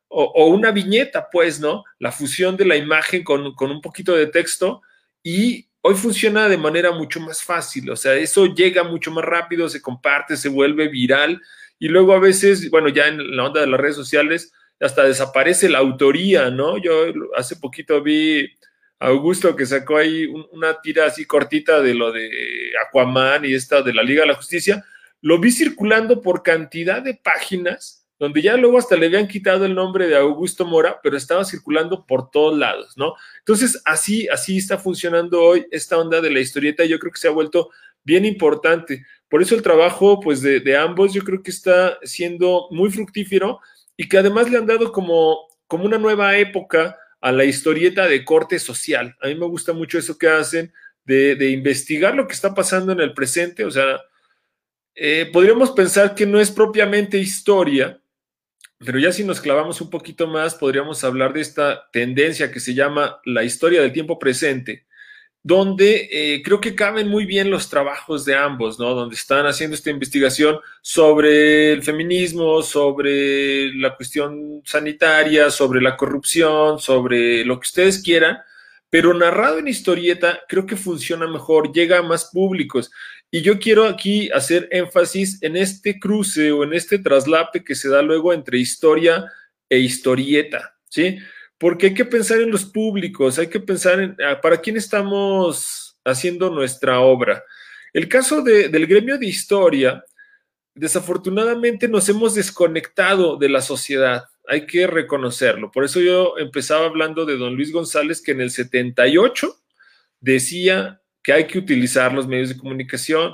o una viñeta, pues, ¿no? La fusión de la imagen con un poquito de texto, y hoy funciona de manera mucho más fácil, o sea, eso llega mucho más rápido, se comparte, se vuelve viral, y luego a veces, bueno, ya en la onda de las redes sociales, hasta desaparece la autoría, ¿no? Yo hace poquito vi a Augusto que sacó ahí una tira así cortita de lo de Aquaman y esta de la Liga de la Justicia, lo vi circulando por cantidad de páginas, donde ya luego hasta le habían quitado el nombre de Augusto Mora, pero estaba circulando por todos lados, ¿no? Entonces, así está funcionando hoy esta onda de la historieta, y yo creo que se ha vuelto bien importante. Por eso el trabajo, pues, de ambos, yo creo que está siendo muy fructífero, y que además le han dado como una nueva época a la historieta de corte social. A mí me gusta mucho eso que hacen, de investigar lo que está pasando en el presente. O sea, podríamos pensar que no es propiamente historia, pero ya si nos clavamos un poquito más, podríamos hablar de esta tendencia que se llama la historia del tiempo presente, donde creo que caben muy bien los trabajos de ambos, ¿no? Donde están haciendo esta investigación sobre el feminismo, sobre la cuestión sanitaria, sobre la corrupción, sobre lo que ustedes quieran, pero narrado en historieta creo que funciona mejor, llega a más públicos. Y yo quiero aquí hacer énfasis en este cruce o en este traslape que se da luego entre historia e historieta, ¿sí? Porque hay que pensar en los públicos, hay que pensar en para quién estamos haciendo nuestra obra. El caso del gremio de historia, desafortunadamente nos hemos desconectado de la sociedad, hay que reconocerlo. Por eso yo empezaba hablando de don Luis González, que en el 78 decía que hay que utilizar los medios de comunicación.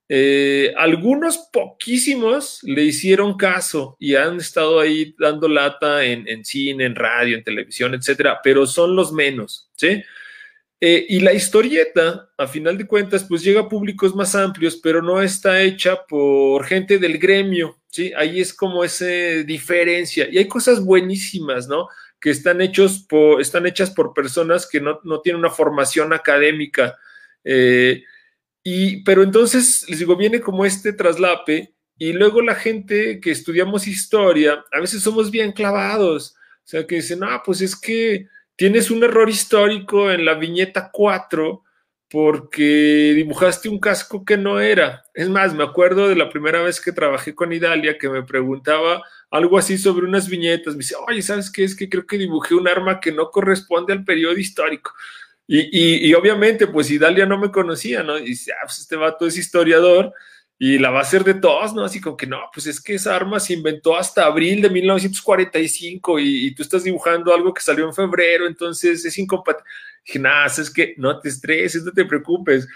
Algunos poquísimos le hicieron caso y han estado ahí dando lata en cine, en radio, en televisión, etcétera, pero son los menos, ¿sí? Y la historieta, a final de cuentas, pues llega a públicos más amplios, pero no está hecha por gente del gremio, ¿sí? Ahí es como esa diferencia. Y hay cosas buenísimas, ¿no? que están hechas por personas que no tienen una formación académica. Pero entonces, les digo, viene como este traslape, y luego la gente que estudiamos historia, a veces somos bien clavados, o sea, que dicen, pues es que tienes un error histórico en la viñeta 4 porque dibujaste un casco que no era. Es más, me acuerdo de la primera vez que trabajé con Idalia, que me preguntaba algo así sobre unas viñetas. Me dice, oye, ¿sabes qué? Es que creo que dibujé un arma que no corresponde al periodo histórico. Y obviamente, pues Idalia no me conocía, ¿no? Y dice, pues este vato es historiador y la va a hacer de todos, ¿no? Así como que no, pues es que esa arma se inventó hasta abril de 1945 y tú estás dibujando algo que salió en febrero, entonces es incompatible. Dije, nada, es que no te estreses, no te preocupes.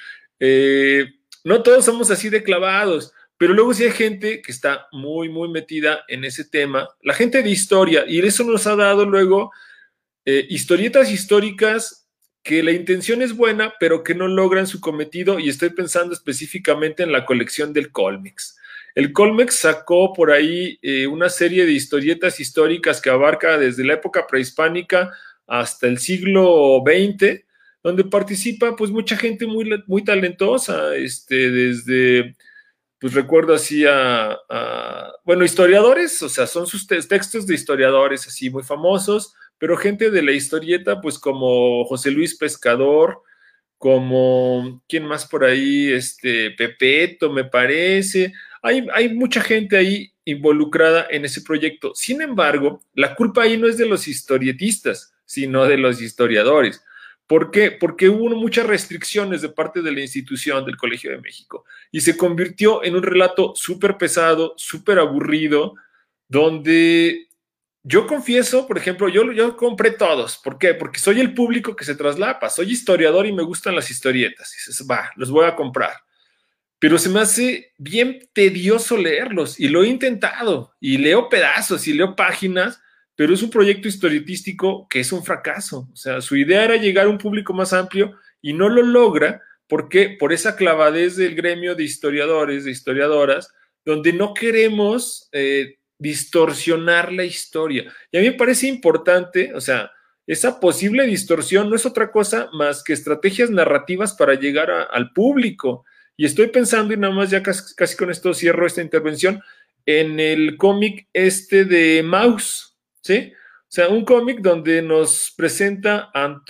No todos somos así de clavados, pero luego sí hay gente que está muy, muy metida en ese tema. La gente de historia, y eso nos ha dado luego historietas históricas que la intención es buena, pero que no logran su cometido, y estoy pensando específicamente en la colección del Colmex. El Colmex sacó por ahí una serie de historietas históricas que abarca desde la época prehispánica hasta el siglo XX, donde participa pues mucha gente muy, muy talentosa, desde, pues recuerdo así bueno, historiadores, o sea, son sus textos de historiadores así muy famosos, pero gente de la historieta, pues como José Luis Pescador, como, ¿quién más por ahí? Pepeto, me parece. Hay mucha gente ahí involucrada en ese proyecto. Sin embargo, la culpa ahí no es de los historietistas, sino de los historiadores. ¿Por qué? Porque hubo muchas restricciones de parte de la institución del Colegio de México y se convirtió en un relato súper pesado, súper aburrido, donde yo confieso, por ejemplo, yo compré todos. ¿Por qué? Porque soy el público que se traslapa. Soy historiador y me gustan las historietas. Y dices, los voy a comprar. Pero se me hace bien tedioso leerlos y lo he intentado y leo pedazos y leo páginas, pero es un proyecto historietístico que es un fracaso. O sea, su idea era llegar a un público más amplio y no lo logra. ¿Por qué? Por esa clavadez del gremio de historiadores, de historiadoras, donde no queremos distorsionar la historia. Y a mí me parece importante, o sea, esa posible distorsión no es otra cosa más que estrategias narrativas para llegar al público. Y estoy pensando, y nada más ya casi con esto cierro esta intervención, en el cómic de Maus, ¿sí? O sea, un cómic donde nos presenta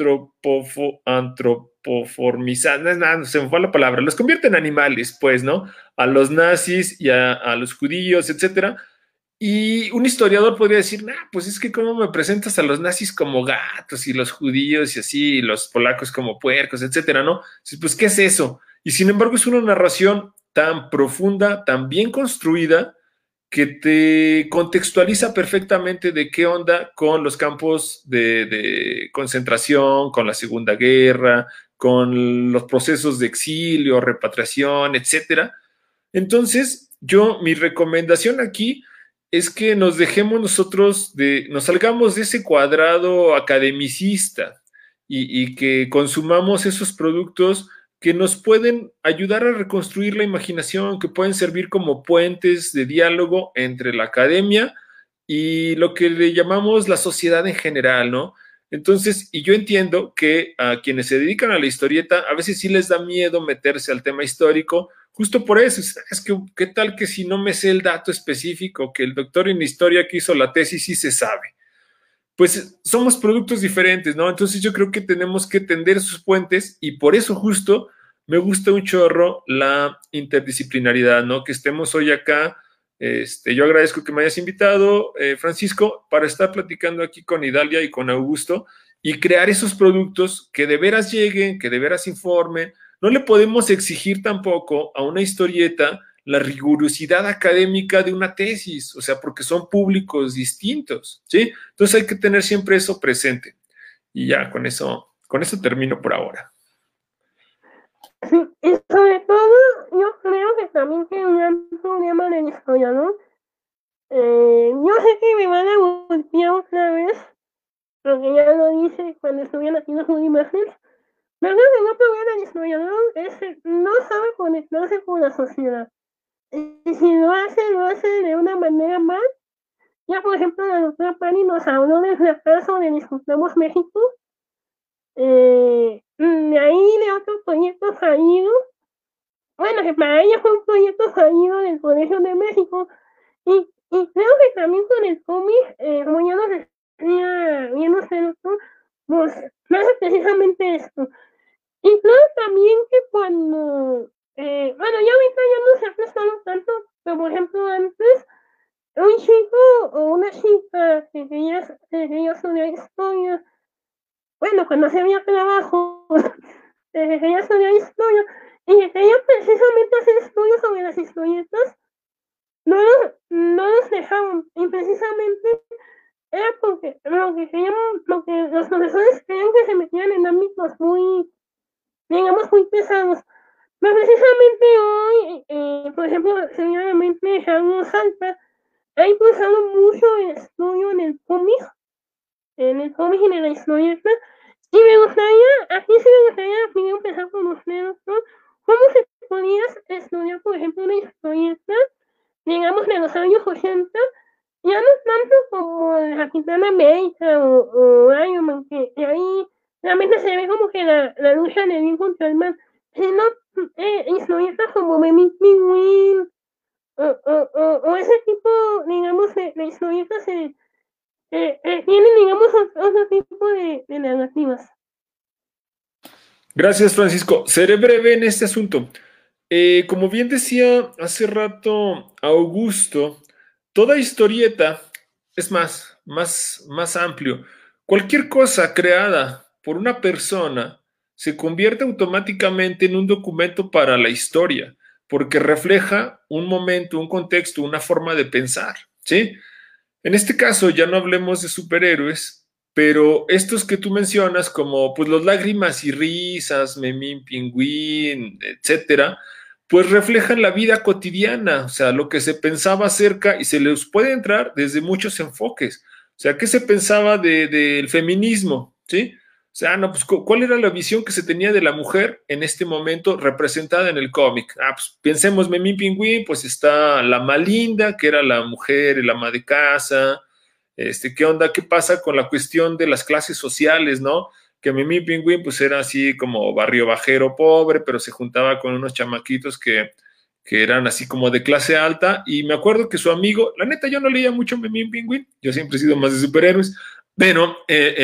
antropoformizar, se me fue la palabra, los convierte en animales, pues, ¿no? A los nazis y a los judíos, etcétera. Y un historiador podría decir, pues es que cómo me presentas a los nazis como gatos y los judíos y así, y los polacos como puercos, etcétera, ¿no? Pues, ¿qué es eso? Y sin embargo es una narración tan profunda, tan bien construida, que te contextualiza perfectamente de qué onda con los campos de concentración, con la Segunda Guerra, con los procesos de exilio, repatriación, etcétera. Entonces, mi recomendación aquí es que nos dejemos nos salgamos de ese cuadrado academicista y que consumamos esos productos que nos pueden ayudar a reconstruir la imaginación, que pueden servir como puentes de diálogo entre la academia y lo que le llamamos la sociedad en general, ¿no? Entonces, y yo entiendo que a quienes se dedican a la historieta, a veces sí les da miedo meterse al tema histórico, justo por eso. Es que, ¿qué tal que si no me sé el dato específico, que el doctor en historia que hizo la tesis sí se sabe? Pues somos productos diferentes, ¿no? Entonces yo creo que tenemos que tender esos puentes, y por eso justo me gusta un chorro la interdisciplinaridad, ¿no? Que estemos hoy acá. Yo agradezco que me hayas invitado, Francisco, para estar platicando aquí con Idalia y con Augusto y crear esos productos que de veras lleguen, que de veras informen. No le podemos exigir tampoco a una historieta la rigurosidad académica de una tesis, o sea, porque son públicos distintos, ¿sí? Entonces hay que tener siempre eso presente. Y ya, con eso termino por ahora. Y sobre todo, yo creo que también tiene un gran problema del historiador. Yo sé que me van a golpear otra vez, porque ya lo dice cuando estuvieron haciendo sus imágenes. Pero creo que el problema del historiador es que no sabe conectarse con la sociedad. Y si lo hace de una manera mal, Ya, por ejemplo, la doctora Pani nos habló del fracaso de Disfrutamos México, de ahí de otro proyecto fallido, bueno, que para ella fue un proyecto fallido del Colegio de México, y creo que también con el cómic, como ya nos decía bien usted, doctor, pues no es precisamente esto. Y creo también que cuando, bueno, ya ahorita ya no se ha prestado tanto, pero por ejemplo antes, un chico o una chica que quería estudiar historia, bueno, cuando se había trabajo, quería estudiar historia, y que quería precisamente hacer estudios sobre las historietas, no los dejaban, y precisamente era porque lo que los profesores querían que se metían en ámbitos muy, digamos, muy pesados. Pero precisamente hoy, por ejemplo, señalamente Carlos Salta ha impulsado mucho el estudio en el cómic y en la historieta. Y me gustaría, aquí sí me gustaría primero empezar con usted, doctor. ¿Cómo se podía estudiar, por ejemplo, una historieta, digamos, de los años 80? Ya no tanto como el Capitán América o Iron Man, que ahí realmente se ve como que la lucha de bien contra el mal, sino historietas como Memín Pingüín o ese tipo, digamos, de historietas tienen, digamos, otro tipo de narrativas. Gracias, Francisco. Seré breve en este asunto. Como bien decía hace rato Augusto, toda historieta es más amplio. Cualquier cosa creada por una persona se convierte automáticamente en un documento para la historia, porque refleja un momento, un contexto, una forma de pensar, ¿sí? En este caso ya no hablemos de superhéroes, pero estos que tú mencionas, como pues los lágrimas y risas, Memín Pingüín, etcétera, pues reflejan la vida cotidiana, o sea, lo que se pensaba acerca y se les puede entrar desde muchos enfoques. O sea, ¿qué se pensaba del feminismo? ¿Sí? O sea, no, pues, ¿cuál era la visión que se tenía de la mujer en este momento representada en el cómic? Ah, pues pensemos, Memín Pingüín, pues está la Malinda, que era la mujer, el ama de casa. ¿Qué onda? ¿Qué pasa con la cuestión de las clases sociales, no? Que Memín Pingüín, pues era así como barrio bajero pobre, pero se juntaba con unos chamaquitos que eran así como de clase alta. Y me acuerdo que su amigo, la neta, yo no leía mucho Memín Pingüín, yo siempre he sido más de superhéroes. Pero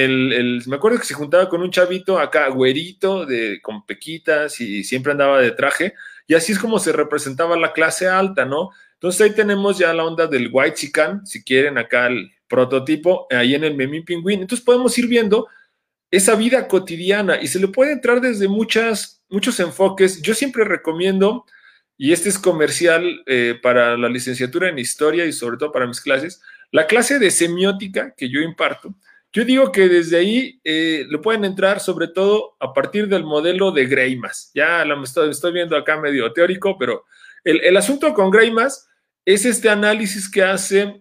me acuerdo que se juntaba con un chavito acá, güerito, con pequitas y siempre andaba de traje. Y así es como se representaba la clase alta, ¿no? Entonces ahí tenemos ya la onda del white chican, si quieren, acá el prototipo, ahí en el Memín Pingüín. Entonces podemos ir viendo esa vida cotidiana y se le puede entrar desde muchos enfoques. Yo siempre recomiendo, y este es comercial para la licenciatura en historia y sobre todo para mis clases, la clase de semiótica que yo imparto. Yo digo que desde ahí le pueden entrar sobre todo a partir del modelo de Greimas. Ya lo estoy viendo acá medio teórico, pero el asunto con Greimas es este análisis que hace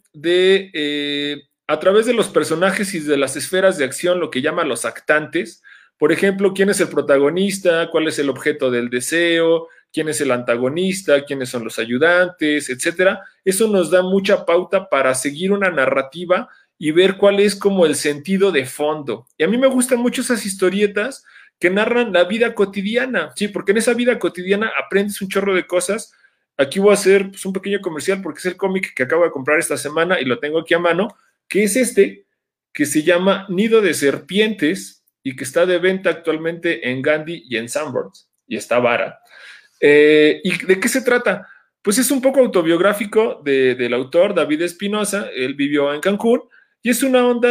de a través de los personajes y de las esferas de acción, lo que llama los actantes. Por ejemplo, quién es el protagonista, cuál es el objeto del deseo, quién es el antagonista, quiénes son los ayudantes, etcétera. Eso nos da mucha pauta para seguir una narrativa y ver cuál es como el sentido de fondo. Y a mí me gustan mucho esas historietas que narran la vida cotidiana, sí, porque en esa vida cotidiana aprendes un chorro de cosas. Aquí voy a hacer pues, un pequeño comercial porque es el cómic que acabo de comprar esta semana y lo tengo aquí a mano, que es que se llama Nido de Serpientes y que está de venta actualmente en Gandhi y en Sanborns, y está vara. ¿Y de qué se trata? Pues es un poco autobiográfico del autor, David Espinosa. Él vivió en Cancún y es una onda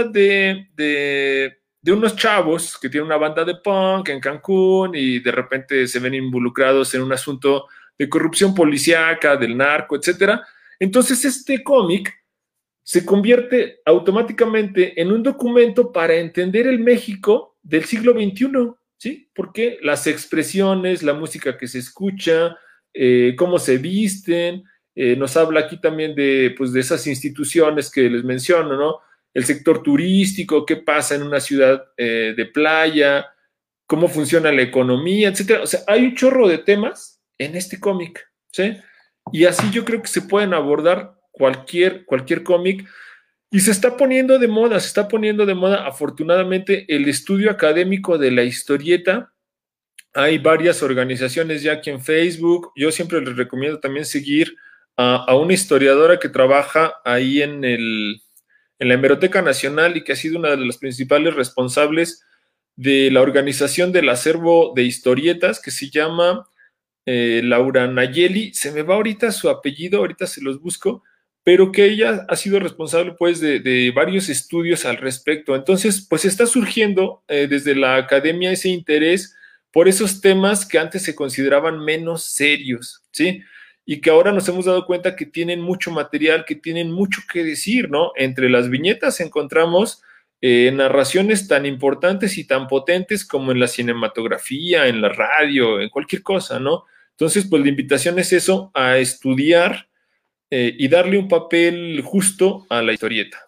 de unos chavos que tienen una banda de punk en Cancún y de repente se ven involucrados en un asunto de corrupción policíaca, del narco, etcétera. Entonces este cómic se convierte automáticamente en un documento para entender el México del siglo XXI, ¿sí? Porque las expresiones, la música que se escucha, cómo se visten, nos habla aquí también pues, de esas instituciones que les menciono, ¿no? El sector turístico, qué pasa en una ciudad de playa, cómo funciona la economía, etcétera. O sea, hay un chorro de temas en este cómic, ¿sí? Y así yo creo que se pueden abordar cualquier cómic. Y se está poniendo de moda, se está poniendo de moda, afortunadamente, el estudio académico de la historieta. Hay varias organizaciones ya aquí en Facebook. Yo siempre les recomiendo también seguir a una historiadora que trabaja ahí en la Hemeroteca Nacional y que ha sido una de las principales responsables de la organización del acervo de historietas, que se llama Laura Nayeli. Se me va ahorita su apellido, ahorita se los busco, pero que ella ha sido responsable pues de varios estudios al respecto. Entonces, pues está surgiendo desde la academia ese interés por esos temas que antes se consideraban menos serios, ¿sí? Y que ahora nos hemos dado cuenta que tienen mucho material, que tienen mucho que decir, ¿no? Entre las viñetas encontramos narraciones tan importantes y tan potentes como en la cinematografía, en la radio, en cualquier cosa, ¿no? Entonces, pues la invitación es eso, a estudiar y darle un papel justo a la historieta.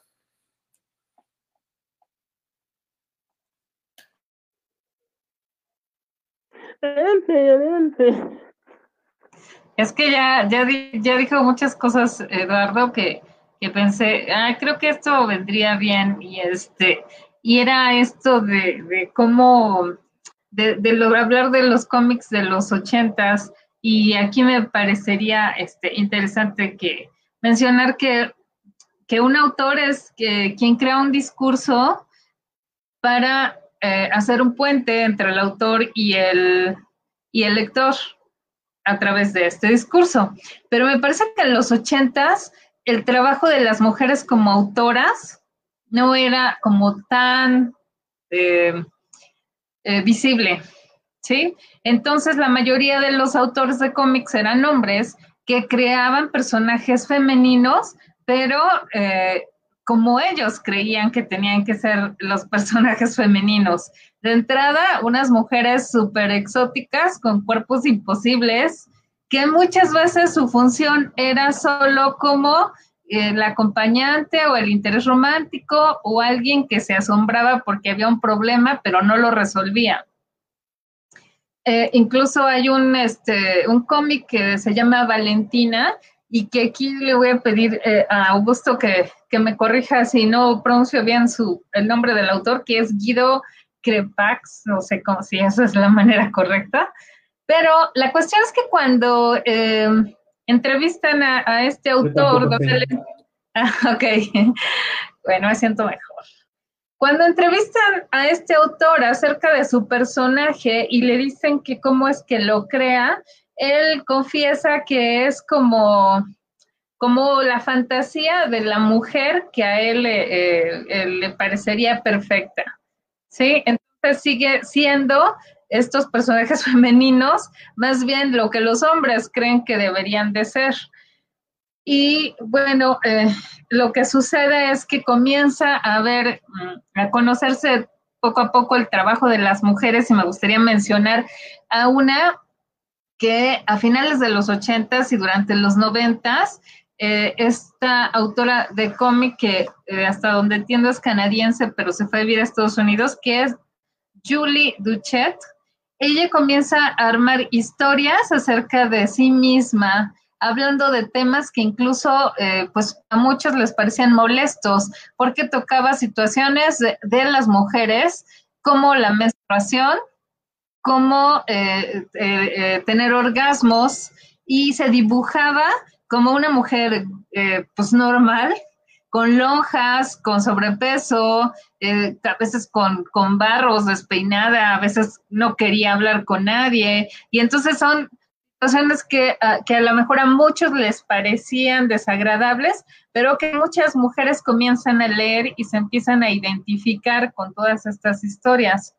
Adelante, adelante. Es que ya dijo muchas cosas, Eduardo, que pensé, creo que esto vendría bien, y era esto de cómo, hablar de los cómics de los 80s, y aquí me parecería interesante que mencionar que un autor es quien crea un discurso para hacer un puente entre el autor y el lector a través de este discurso. Pero me parece que en los 80s el trabajo de las mujeres como autoras no era como tan visible, ¿sí? Entonces la mayoría de los autores de cómics eran hombres que creaban personajes femeninos, pero como ellos creían que tenían que ser los personajes femeninos. De entrada, unas mujeres súper exóticas con cuerpos imposibles, que muchas veces su función era solo como el acompañante o el interés romántico o alguien que se asombraba porque había un problema pero no lo resolvía. Incluso hay un cómic que se llama Valentina, y que aquí le voy a pedir a Augusto que me corrija si no pronuncio bien el nombre del autor, que es Guido Crepax, no sé si esa es la manera correcta, pero la cuestión es que cuando entrevistan a este autor, ok, bueno, me siento mejor. Cuando entrevistan a este autor acerca de su personaje y le dicen que cómo es que lo crea, él confiesa que es como la fantasía de la mujer que a él le parecería perfecta, ¿sí? Entonces sigue siendo estos personajes femeninos más bien lo que los hombres creen que deberían de ser. Y bueno, lo que sucede es que comienza a conocerse poco a poco el trabajo de las mujeres, y me gustaría mencionar a una que a finales de los 80s y durante los 90s, esta autora de cómic que hasta donde entiendo es canadiense, pero se fue a vivir a Estados Unidos, que es Julie Duchette. Ella comienza a armar historias acerca de sí misma, hablando de temas que incluso pues a muchos les parecían molestos, porque tocaba situaciones de las mujeres como la menstruación, como tener orgasmos, y se dibujaba como una mujer pues normal, con lonjas, con sobrepeso, a veces con barros, despeinada, a veces no quería hablar con nadie, y entonces son situaciones que a lo mejor a muchos les parecían desagradables, pero que muchas mujeres comienzan a leer y se empiezan a identificar con todas estas historias.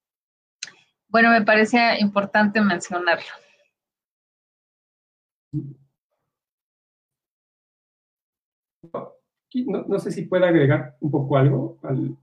Bueno, me parecía importante mencionarlo. No sé si puedo agregar un poco algo.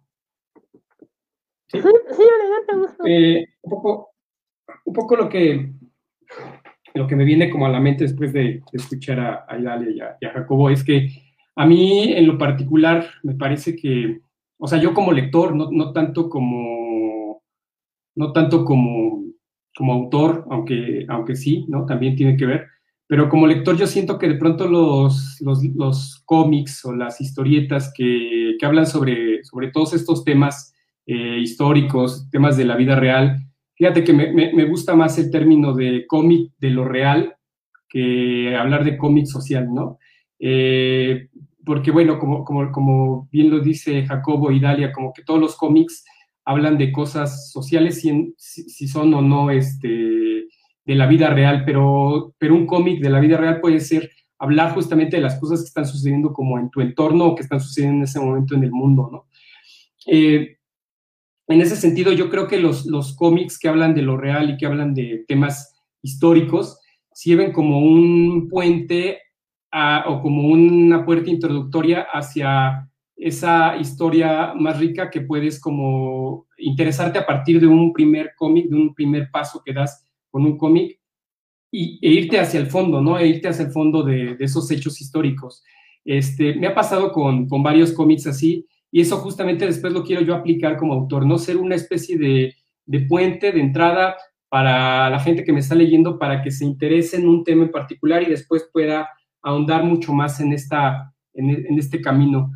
Sí, adelante, Augusto. Un poco lo que me viene como a la mente después de escuchar a Idalia y a Jacobo es que a mí en lo particular me parece que, o sea, yo como lector, no tanto como autor, aunque sí, ¿no? También tiene que ver, pero como lector yo siento que de pronto los cómics o las historietas que hablan sobre todos estos temas históricos, temas de la vida real, fíjate que me gusta más el término de cómic de lo real que hablar de cómic social, ¿no? Porque, bueno, como bien lo dice Jacobo y Dalia, como que todos los cómics hablan de cosas sociales, si son o no de la vida real, pero un cómic de la vida real puede ser hablar justamente de las cosas que están sucediendo como en tu entorno o que están sucediendo en ese momento en el mundo, ¿no? En ese sentido, yo creo que los cómics que hablan de lo real y que hablan de temas históricos sirven como un puente o como una puerta introductoria hacia esa historia más rica que puedes como interesarte a partir de un primer cómic, de un primer paso que das con un cómic e irte hacia el fondo, ¿no? E irte hacia el fondo de esos hechos históricos. Me ha pasado con varios cómics así, y eso justamente después lo quiero yo aplicar como autor, ¿no? Ser una especie de puente, de entrada para la gente que me está leyendo, para que se interese en un tema en particular y después pueda ahondar mucho más en este camino.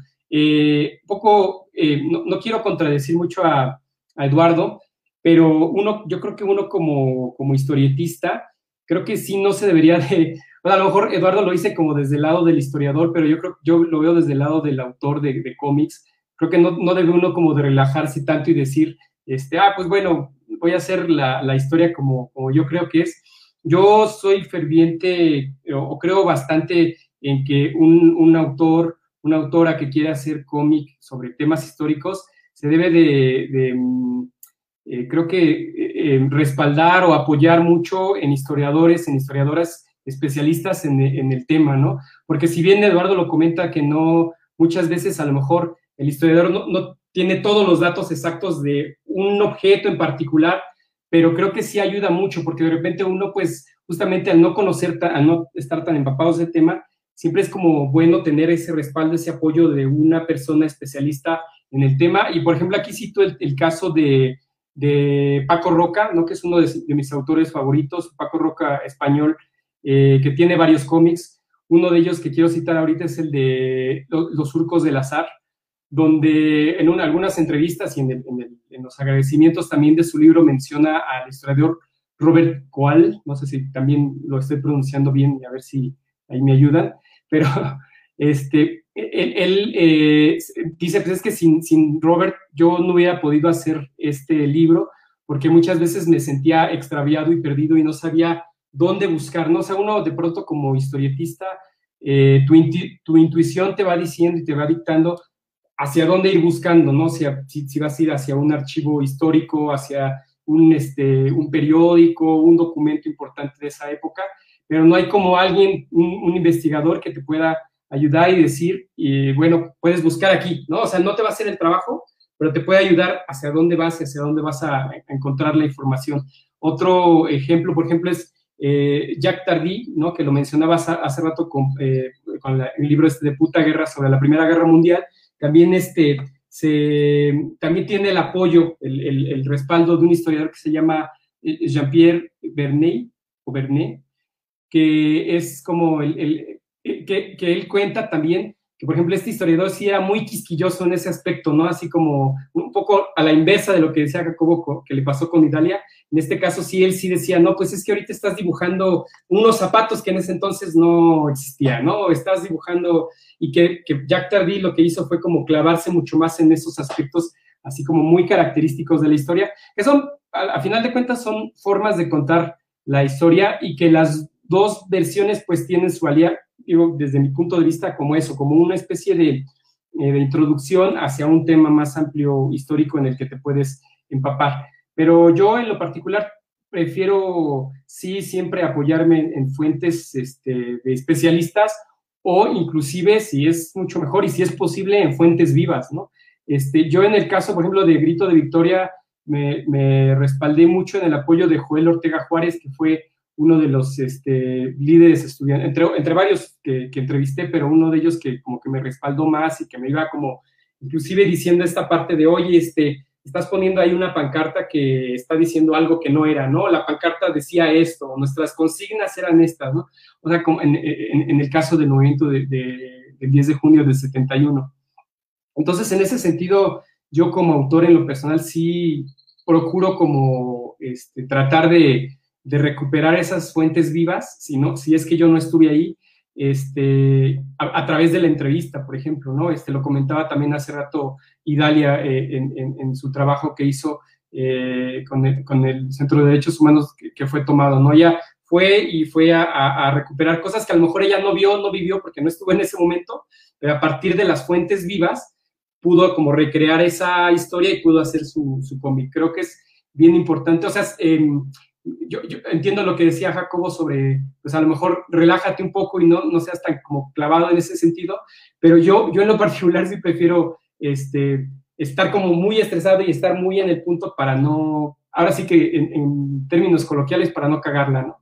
No quiero contradecir mucho a Eduardo, pero yo creo que uno como historietista, creo que sí no se debería bueno, a lo mejor Eduardo lo hice como desde el lado del historiador, pero yo lo veo desde el lado del autor de cómics. Creo que no debe uno como de relajarse tanto y decir, pues bueno, voy a hacer la historia como yo creo que es. Yo soy ferviente o creo bastante en que un autor, una autora que quiere hacer cómic sobre temas históricos se debe creo que respaldar o apoyar mucho en historiadores, en historiadoras especialistas en el tema, ¿no? Porque si bien Eduardo lo comenta que no, muchas veces a lo mejor el historiador no tiene todos los datos exactos de un objeto en particular, pero creo que sí ayuda mucho, porque de repente uno, pues, justamente al no conocer, al no estar tan empapados del tema, siempre es como bueno tener ese respaldo, ese apoyo de una persona especialista en el tema. Y, por ejemplo, aquí cito el caso de Paco Roca, ¿no? Que es uno de mis autores favoritos, Paco Roca español, que tiene varios cómics. Uno de ellos que quiero citar ahorita es el de Los Surcos del Azar, donde en algunas entrevistas y en los agradecimientos también de su libro menciona al historiador Robert Coal, no sé si también lo estoy pronunciando bien, a ver si ahí me ayudan, pero él dice, pues es que sin Robert yo no hubiera podido hacer este libro, porque muchas veces me sentía extraviado y perdido y no sabía dónde buscar, ¿no? O sea, uno de pronto como historietista, tu intuición te va diciendo y te va dictando hacia dónde ir buscando, ¿no? Si vas a ir hacia un archivo histórico, hacia un periódico, un documento importante de esa época, pero no hay como alguien, un investigador que te pueda ayudar y decir, bueno, puedes buscar aquí, ¿no? O sea, no te va a hacer el trabajo, pero te puede ayudar hacia dónde vas y hacia dónde vas a encontrar la información. Otro ejemplo, por ejemplo, es Jacques Tardy, ¿no? Que lo mencionaba hace rato con el libro de Puta Guerra sobre la Primera Guerra Mundial. También también tiene el apoyo, el respaldo de un historiador que se llama Jean-Pierre Vernet, que es como que él cuenta también que, por ejemplo, este historiador sí era muy quisquilloso en ese aspecto, ¿no? Así como un poco a la inversa de lo que decía Jacobo, que le pasó con Italia. En este caso, sí, él sí decía, no, pues es que ahorita estás dibujando unos zapatos que en ese entonces no existían, ¿no? Estás dibujando, y que Jacques Tardy lo que hizo fue como clavarse mucho más en esos aspectos, así como muy característicos de la historia, que son, a final de cuentas, son formas de contar la historia y que las dos versiones pues tienen su alía, digo, desde mi punto de vista, como eso, como una especie de introducción hacia un tema más amplio histórico en el que te puedes empapar. Pero yo en lo particular prefiero sí siempre apoyarme en fuentes de especialistas o inclusive, si es mucho mejor y si es posible, en fuentes vivas, ¿no? Yo en el caso, por ejemplo, de Grito de Victoria, me respaldé mucho en el apoyo de Joel Ortega Juárez, que fue uno de los líderes estudiantes, entre varios que entrevisté, pero uno de ellos que como que me respaldó más y que me iba como inclusive diciendo esta parte de, oye, estás poniendo ahí una pancarta que está diciendo algo que no era, ¿no? La pancarta decía esto, nuestras consignas eran estas, ¿no? O sea, como en el caso del movimiento del 10 de junio del 71. Entonces, en ese sentido, yo como autor en lo personal sí procuro como tratar de recuperar esas fuentes vivas, si es que yo no estuve ahí, a través de la entrevista, por ejemplo, ¿no? Lo comentaba también hace rato Idalia en su trabajo que hizo con el Centro de Derechos Humanos que fue tomado, ¿no? Ella fue a recuperar cosas que a lo mejor ella no vivió porque no estuvo en ese momento, pero a partir de las fuentes vivas pudo como recrear esa historia y pudo hacer su cómic. Creo que es bien importante, o sea, yo entiendo lo que decía Jacobo sobre, pues a lo mejor relájate un poco y no seas tan como clavado en ese sentido, pero yo en lo particular sí prefiero estar como muy estresado y estar muy en el punto para no, ahora sí que en términos coloquiales, para no cagarla, ¿no?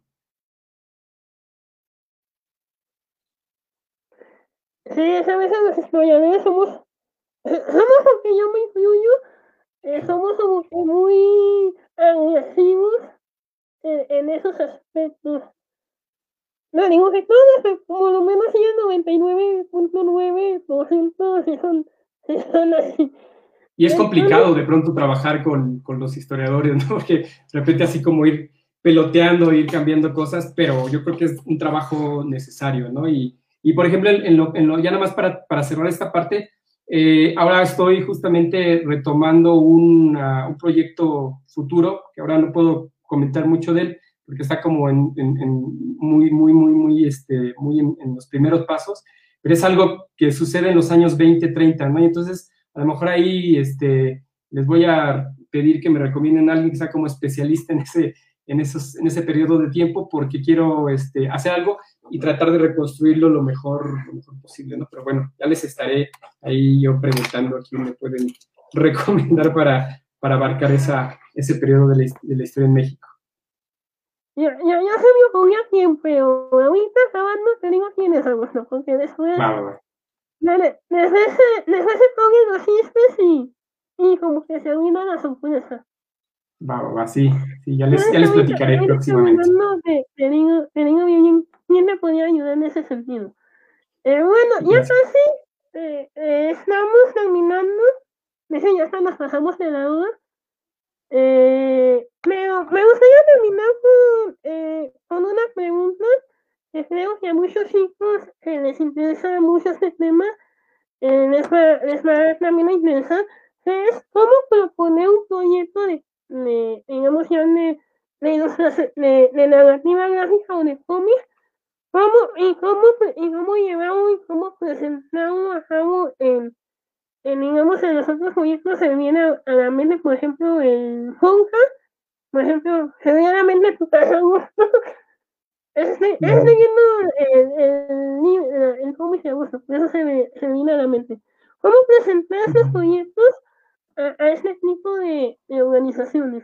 Sí, a veces los historiadores somos porque yo me incluyo, somos como que muy agresivos en esos aspectos. No digo que todos, pero por lo menos sí el 99.9% sí son así. Y es complicado de pronto trabajar con los historiadores, ¿no? Porque de repente así como ir peloteando, ir cambiando cosas, pero yo creo que es un trabajo necesario, ¿no? Y por ejemplo, ya nada más para cerrar esta parte, ahora estoy justamente retomando un proyecto futuro, que ahora no puedo comentar mucho de él, porque está como muy en los primeros pasos, pero es algo que sucede en los años 20, 30, ¿no? Y entonces, a lo mejor ahí les voy a pedir que me recomienden a alguien que sea como especialista en ese periodo de tiempo, porque quiero hacer algo y tratar de reconstruirlo lo mejor posible, ¿no? Pero bueno, ya les estaré ahí yo preguntando a quién me pueden recomendar para abarcar ese periodo de la historia en México. Ya se me ocurrió quién, pero ahorita acabando te digo quién es, Augusto, porque después les hace todos los chistes y como que se arruina la sorpresa. Sí, ya les platicaré próximamente. Te digo bien quién me podría ayudar en ese sentido. Bueno, ya casi estamos terminando. Ya hasta nos pasamos de la hora. Pero me gustaría terminar con una pregunta que creo que a muchos chicos les interesa mucho este tema, les va también a interesar, que es cómo proponer un proyecto digamos ya de narrativa gráfica o de cómics, cómo llevarlo y cómo presentarlo a cabo digamos, en los otros proyectos se viene a la mente, por ejemplo, el Fonca, por ejemplo, se viene a la mente tu casa, leyendo el cómic de Augusto, por eso se viene a la mente. ¿Cómo presentar estos proyectos a este tipo de organizaciones?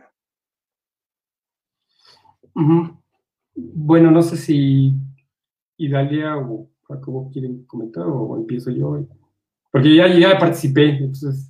Bueno, no sé si Idalia o Jacobo quieren comentar o empiezo yo. Porque ya participé, entonces.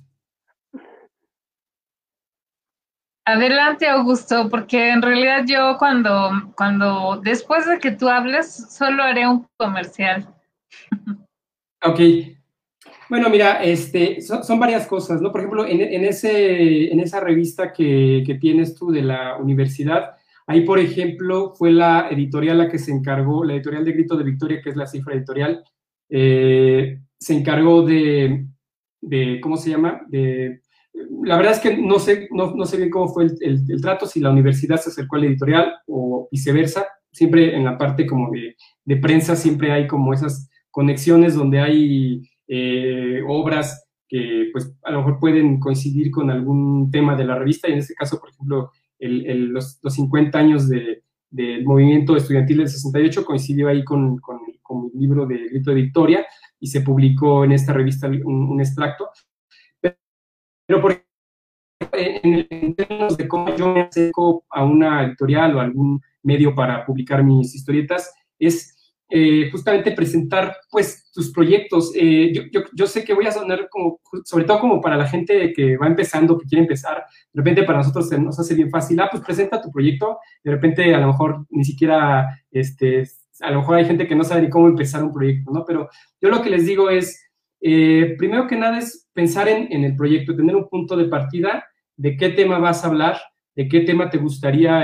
Adelante, Augusto, porque en realidad yo cuando después de que tú hables, solo haré un comercial. Ok. Bueno, mira, son varias cosas, ¿no? Por ejemplo, en esa revista que tienes tú de la universidad, ahí, por ejemplo, fue la editorial la que se encargó, la editorial de Grito de Victoria, que es la Cifra Editorial, se encargó de ¿cómo se llama? La verdad es que no sé bien cómo fue el trato, si la universidad se acercó a la editorial o viceversa. Siempre en la parte como de prensa siempre hay como esas conexiones donde hay obras que pues a lo mejor pueden coincidir con algún tema de la revista, y en este caso, por ejemplo, los 50 años del movimiento estudiantil del 68 coincidió ahí con el libro de Grito de Victoria, y se publicó en esta revista un extracto. Pero por ejemplo, en términos de cómo yo me acerco a una editorial o a algún medio para publicar mis historietas, es justamente presentar, pues, tus proyectos. Yo sé que voy a sonar como, sobre todo como para la gente que va empezando, que quiere empezar, de repente para nosotros se nos hace bien fácil, pues presenta tu proyecto, de repente a lo mejor ni siquiera, a lo mejor hay gente que no sabe ni cómo empezar un proyecto, ¿no? Pero yo lo que les digo es, primero que nada es pensar en el proyecto, tener un punto de partida de qué tema vas a hablar, de qué tema te gustaría,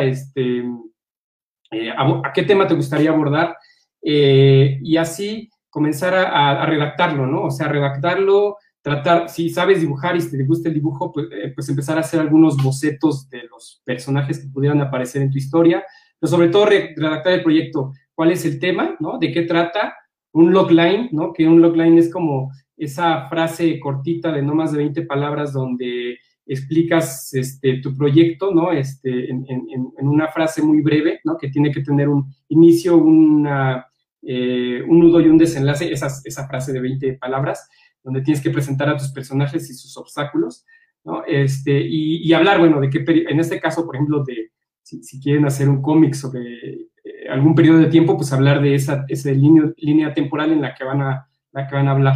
a qué tema te gustaría abordar, y así comenzar a redactarlo, ¿no? O sea, redactarlo, tratar, si sabes dibujar y si te gusta el dibujo, pues empezar a hacer algunos bocetos de los personajes que pudieran aparecer en tu historia, pero sobre todo redactar el proyecto, cuál es el tema, ¿no? De qué trata, un logline, ¿no? Que un logline es como esa frase cortita de no más de 20 palabras donde explicas tu proyecto, ¿no? En una frase muy breve, ¿no? Que tiene que tener un inicio, un nudo y un desenlace, esa frase de 20 palabras, donde tienes que presentar a tus personajes y sus obstáculos, ¿no? Y hablar, bueno, de qué en este caso, por ejemplo, si quieren hacer un cómic sobre algún periodo de tiempo, pues hablar de esa línea temporal en la que van a hablar.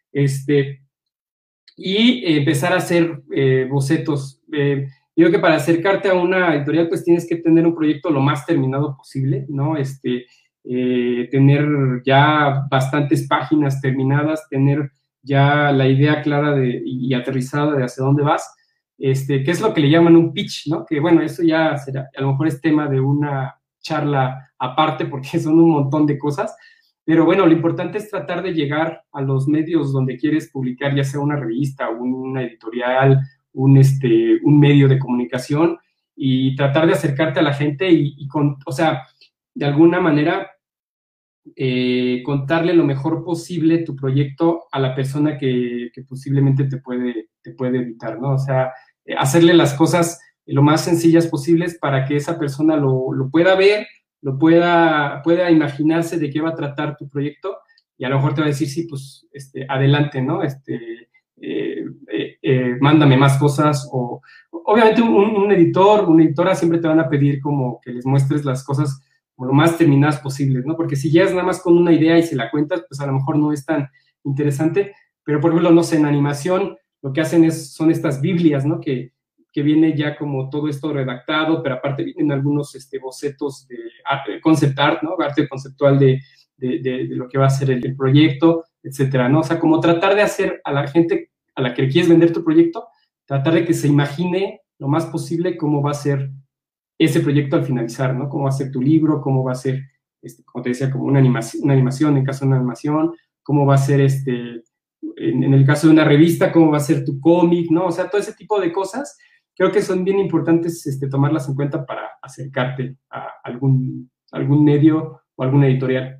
Y empezar a hacer bocetos. Yo creo que para acercarte a una editorial, pues tienes que tener un proyecto lo más terminado posible, ¿no? Tener ya bastantes páginas terminadas, tener ya la idea clara y aterrizada de hacia dónde vas, que es lo que le llaman un pitch, ¿no? Que bueno, eso ya será, a lo mejor es tema de una charla aparte porque son un montón de cosas, pero bueno, lo importante es tratar de llegar a los medios donde quieres publicar, ya sea una revista, una editorial, un medio de comunicación, y tratar de acercarte a la gente o sea, de alguna manera, contarle lo mejor posible tu proyecto a la persona que posiblemente te puede editar, ¿no? O sea, hacerle las cosas lo más sencillas posibles para que esa persona lo pueda ver, pueda imaginarse de qué va a tratar tu proyecto, y a lo mejor te va a decir, sí, pues, adelante, ¿no? Mándame más cosas, o obviamente un editor, una editora siempre te van a pedir como que les muestres las cosas como lo más terminadas posibles, ¿no? Porque si llegas nada más con una idea y se la cuentas, pues a lo mejor no es tan interesante, pero por ejemplo, no sé, en animación lo que hacen son estas biblias, ¿no? Que viene ya como todo esto redactado, pero aparte vienen algunos bocetos de concept art, ¿no? Arte conceptual de lo que va a ser el proyecto, etcétera, ¿no? O sea, como tratar de hacer a la gente a la que le quieres vender tu proyecto, tratar de que se imagine lo más posible cómo va a ser ese proyecto al finalizar, ¿no? Cómo va a ser tu libro, cómo va a ser, como te decía, como una animación, en caso de una animación, cómo va a ser en el caso de una revista, cómo va a ser tu cómic, ¿no? O sea, todo ese tipo de cosas creo que son bien importantes tomarlas en cuenta para acercarte a algún medio o alguna editorial.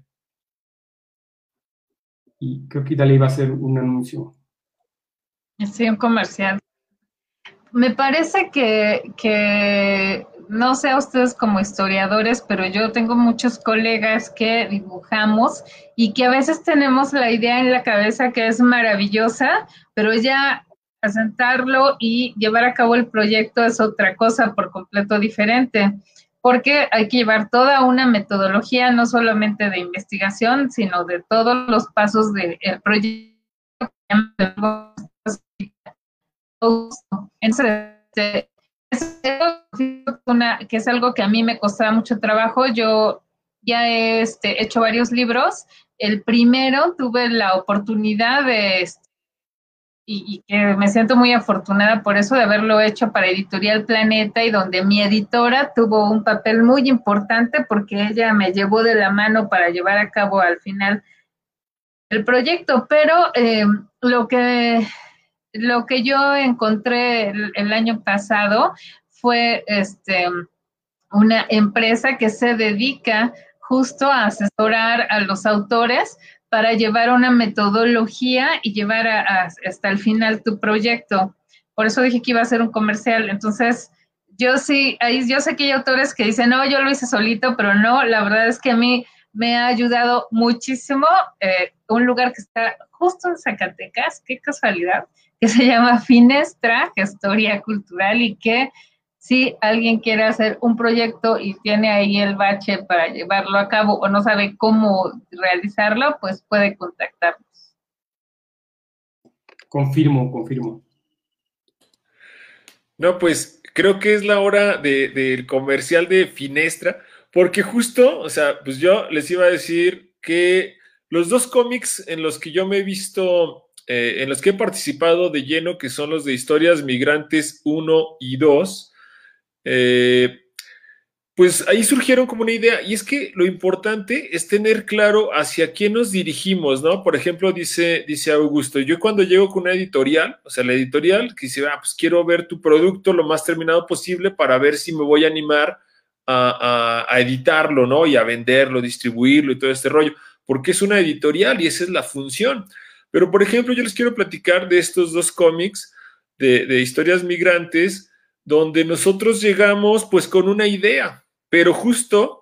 Y creo que Italia iba a hacer un anuncio. Sí, un comercial. Me parece que no sé a ustedes como historiadores, pero yo tengo muchos colegas que dibujamos y que a veces tenemos la idea en la cabeza que es maravillosa, pero ya presentarlo y llevar a cabo el proyecto es otra cosa por completo diferente, porque hay que llevar toda una metodología, no solamente de investigación, sino de todos los pasos del proyecto. Entonces, que es algo que a mí me costaba mucho trabajo. Yo ya he hecho varios libros. El primero tuve la oportunidad y que me siento muy afortunada por eso, de haberlo hecho para Editorial Planeta, y donde mi editora tuvo un papel muy importante porque ella me llevó de la mano para llevar a cabo al final el proyecto. Pero lo que yo encontré el año pasado fue una empresa que se dedica justo a asesorar a los autores para llevar una metodología y llevar hasta el final tu proyecto. Por eso dije que iba a ser un comercial. Entonces, yo sé que hay autores que dicen, no, yo lo hice solito, pero no, la verdad es que a mí me ha ayudado muchísimo un lugar que está justo en Zacatecas, qué casualidad, que se llama Finestra Gestoría Cultural, y que si alguien quiere hacer un proyecto y tiene ahí el bache para llevarlo a cabo o no sabe cómo realizarlo, pues puede contactarnos. Confirmo. No, pues creo que es la hora del comercial de Finestra, porque justo, o sea, pues yo les iba a decir que los dos cómics en los que yo me he visto, en los que he participado de lleno, que son los de Historias Migrantes 1 y 2, pues ahí surgieron como una idea, y es que lo importante es tener claro hacia quién nos dirigimos, ¿no? Por ejemplo, dice Augusto, yo cuando llego con una editorial, o sea, la editorial que dice, pues quiero ver tu producto lo más terminado posible para ver si me voy a animar a editarlo, ¿no? Y a venderlo, distribuirlo y todo este rollo, porque es una editorial y esa es la función. Pero, por ejemplo, yo les quiero platicar de estos dos cómics de Historias Migrantes, donde nosotros llegamos pues con una idea, pero justo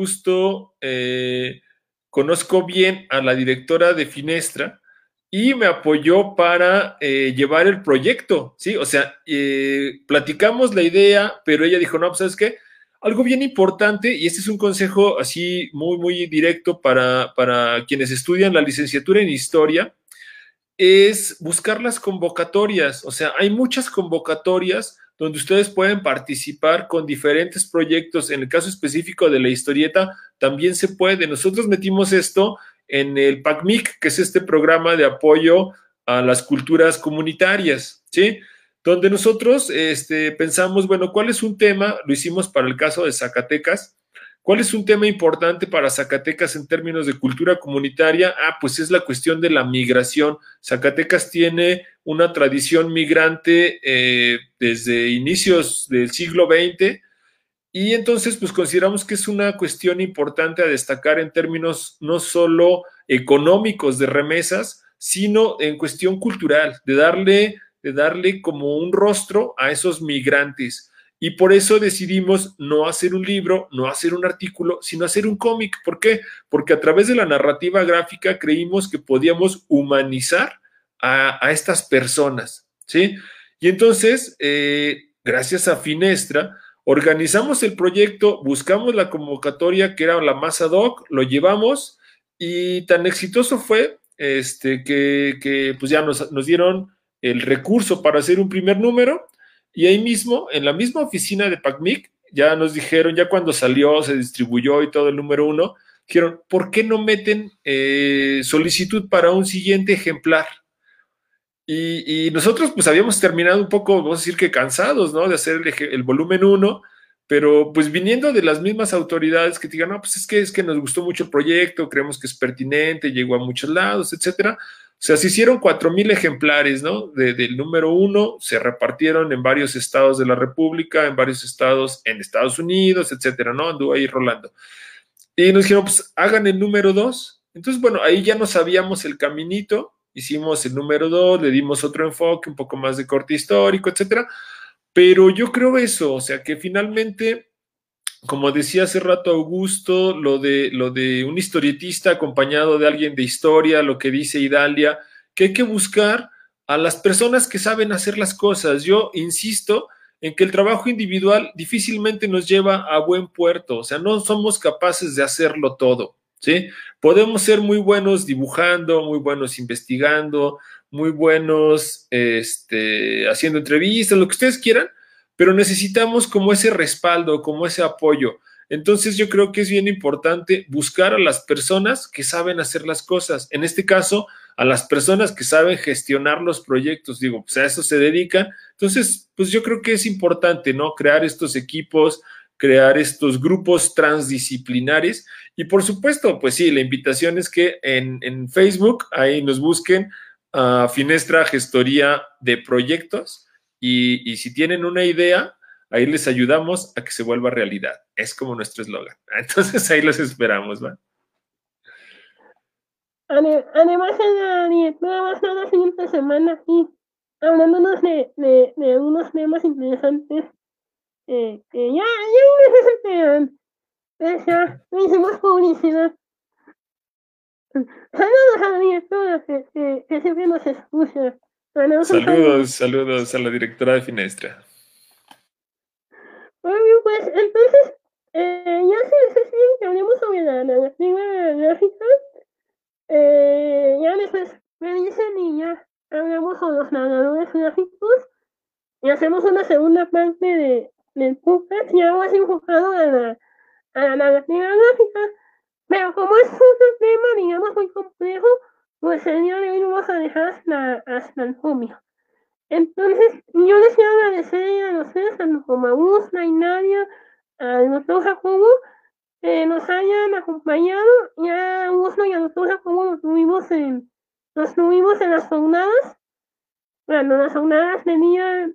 conozco bien a la directora de Finestra y me apoyó para llevar el proyecto, ¿sí? O sea, platicamos la idea, pero ella dijo, no, pues, ¿sabes qué? Algo bien importante, y este es un consejo así muy, muy directo para quienes estudian la licenciatura en Historia, es buscar las convocatorias. O sea, hay muchas convocatorias donde ustedes pueden participar con diferentes proyectos. En el caso específico de la historieta, también se puede. Nosotros metimos esto en el PACMIC, que es este programa de apoyo a las culturas comunitarias, ¿sí? Donde nosotros pensamos, bueno, ¿cuál es un tema? Lo hicimos para el caso de Zacatecas. ¿Cuál es un tema importante para Zacatecas en términos de cultura comunitaria? Pues es la cuestión de la migración. Zacatecas tiene una tradición migrante desde inicios del siglo XX y entonces pues consideramos que es una cuestión importante a destacar en términos no solo económicos de remesas, sino en cuestión cultural, de darle como un rostro a esos migrantes. Y por eso decidimos no hacer un libro, no hacer un artículo, sino hacer un cómic. ¿Por qué? Porque a través de la narrativa gráfica creímos que podíamos humanizar a estas personas, ¿sí? Y entonces, gracias a Finestra, organizamos el proyecto, buscamos la convocatoria que era la más ad hoc, lo llevamos y tan exitoso fue que pues ya nos dieron el recurso para hacer un primer número. Y ahí mismo, en la misma oficina de PACMIC, ya nos dijeron, ya cuando salió, se distribuyó y todo el número 1, dijeron, ¿por qué no meten solicitud para un siguiente ejemplar? Y nosotros pues habíamos terminado un poco, vamos a decir que cansados, ¿no? De hacer el volumen 1, pero pues viniendo de las mismas autoridades que te digan, no, pues es que nos gustó mucho el proyecto, creemos que es pertinente, llegó a muchos lados, etcétera. O sea, se hicieron 4,000 ejemplares, ¿no? Del número 1, se repartieron en varios estados de la República, en varios estados en Estados Unidos, etcétera, ¿no? Anduvo ahí rolando. Y nos dijeron, pues hagan el número 2. Entonces, bueno, ahí ya no sabíamos el caminito, hicimos el número 2, le dimos otro enfoque, un poco más de corte histórico, etcétera. Pero yo creo eso, o sea, que finalmente, como decía hace rato Augusto, lo de un historietista acompañado de alguien de historia, lo que dice Idalia, que hay que buscar a las personas que saben hacer las cosas. Yo insisto en que el trabajo individual difícilmente nos lleva a buen puerto, o sea, no somos capaces de hacerlo todo, ¿sí? Podemos ser muy buenos dibujando, muy buenos investigando, muy buenos haciendo entrevistas, lo que ustedes quieran, pero necesitamos como ese respaldo, como ese apoyo. Entonces yo creo que es bien importante buscar a las personas que saben hacer las cosas. En este caso, a las personas que saben gestionar los proyectos. Digo, pues a eso se dedican. Entonces, pues yo creo que es importante, ¿no? Crear estos equipos, crear estos grupos transdisciplinares. Y por supuesto, pues sí, la invitación es que en Facebook, ahí nos busquen a Finestra Gestoría de Proyectos. Y si tienen una idea, ahí les ayudamos a que se vuelva realidad. Es como nuestro eslogan. Entonces ahí los esperamos, ¿va? Además, en la directora va a estar la siguiente semana aquí, hablándonos de unos temas interesantes que ya necesitan. Ya hicimos publicidad. Saludos a la directora que siempre nos escucha. Saludos a la directora de Finestra. Bueno, pues entonces, ya se bien que hablemos sobre la narrativa gráfica. Ya después me dicen y ya hablamos con los narradores gráficos y hacemos una segunda parte del podcast ya más enfocado a la narrativa gráfica. Pero como es un tema, digamos, muy complejo, pues el día de hoy lo vamos a dejar hasta el cómic. Entonces, yo les quiero agradecer a los tres, tanto como a Usna y Nadia, al doctor Jacobo, que nos hayan acompañado. Ya a Usna y al doctor Jacobo los tuvimos en las jornadas. Bueno, las jornadas tenían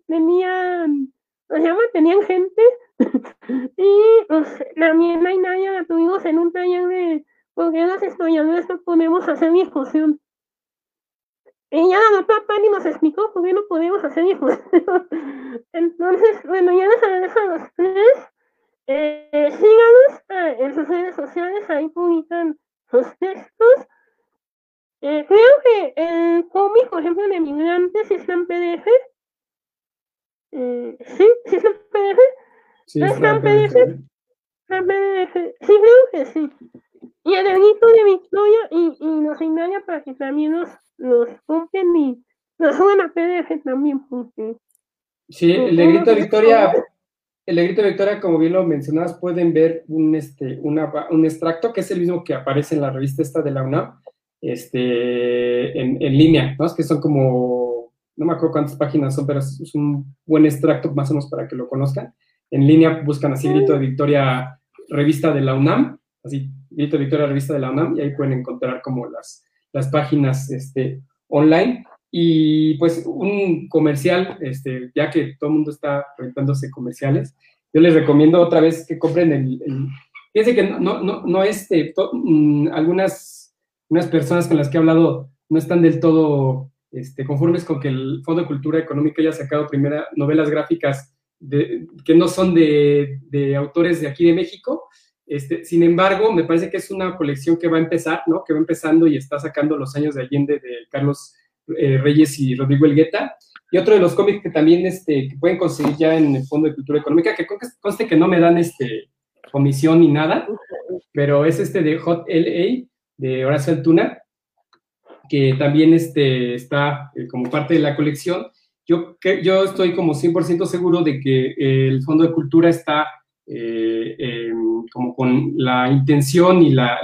gente. Y pues, también a Nadia la tuvimos en un taller de por qué los historiadores no podemos hacer difusión. Y ya la doctora Pani nos explicó por qué no podemos hacer difusión. Entonces, bueno, ya les agradezco a los tres. Síganos en sus redes sociales, ahí publican sus textos. Creo que el cómic, por ejemplo, de Migrantes, sí está en PDF. Sí está en PDF. Sí, está en PDF. Está en PDF. Sí, creo que sí. Y el grito de Victoria y los Ignalia para que también los compren y los suban a PDF también. Porque, sí, el de Grito de Victoria, como bien lo mencionabas, pueden ver un extracto que es el mismo que aparece en la revista esta de la UNAM, en línea, ¿no? Es que son como, no me acuerdo cuántas páginas son, pero es un buen extracto más o menos para que lo conozcan. En línea buscan así Grito de Victoria, revista de la UNAM, así Grito de Victoria, revista de la UNAM, y ahí pueden encontrar como las páginas online. Y pues un comercial, ya que todo el mundo está rentándose comerciales, yo les recomiendo otra vez que compren fíjense que algunas personas con las que he hablado no están del todo conformes con que el Fondo de Cultura Económica haya sacado primera novelas gráficas que no son de autores de aquí de México. Sin embargo, me parece que es una colección que va a empezar, ¿no? Que va empezando y está sacando Los Años de Allende de Carlos Reyes y Rodrigo Elgueta. Y otro de los cómics que también que pueden conseguir ya en el Fondo de Cultura Económica, que conste que no me dan comisión ni nada, pero es de Hot LA, de Horacio Altuna, que también está como parte de la colección. Yo estoy como 100% seguro de que el Fondo de Cultura está como con la intención y la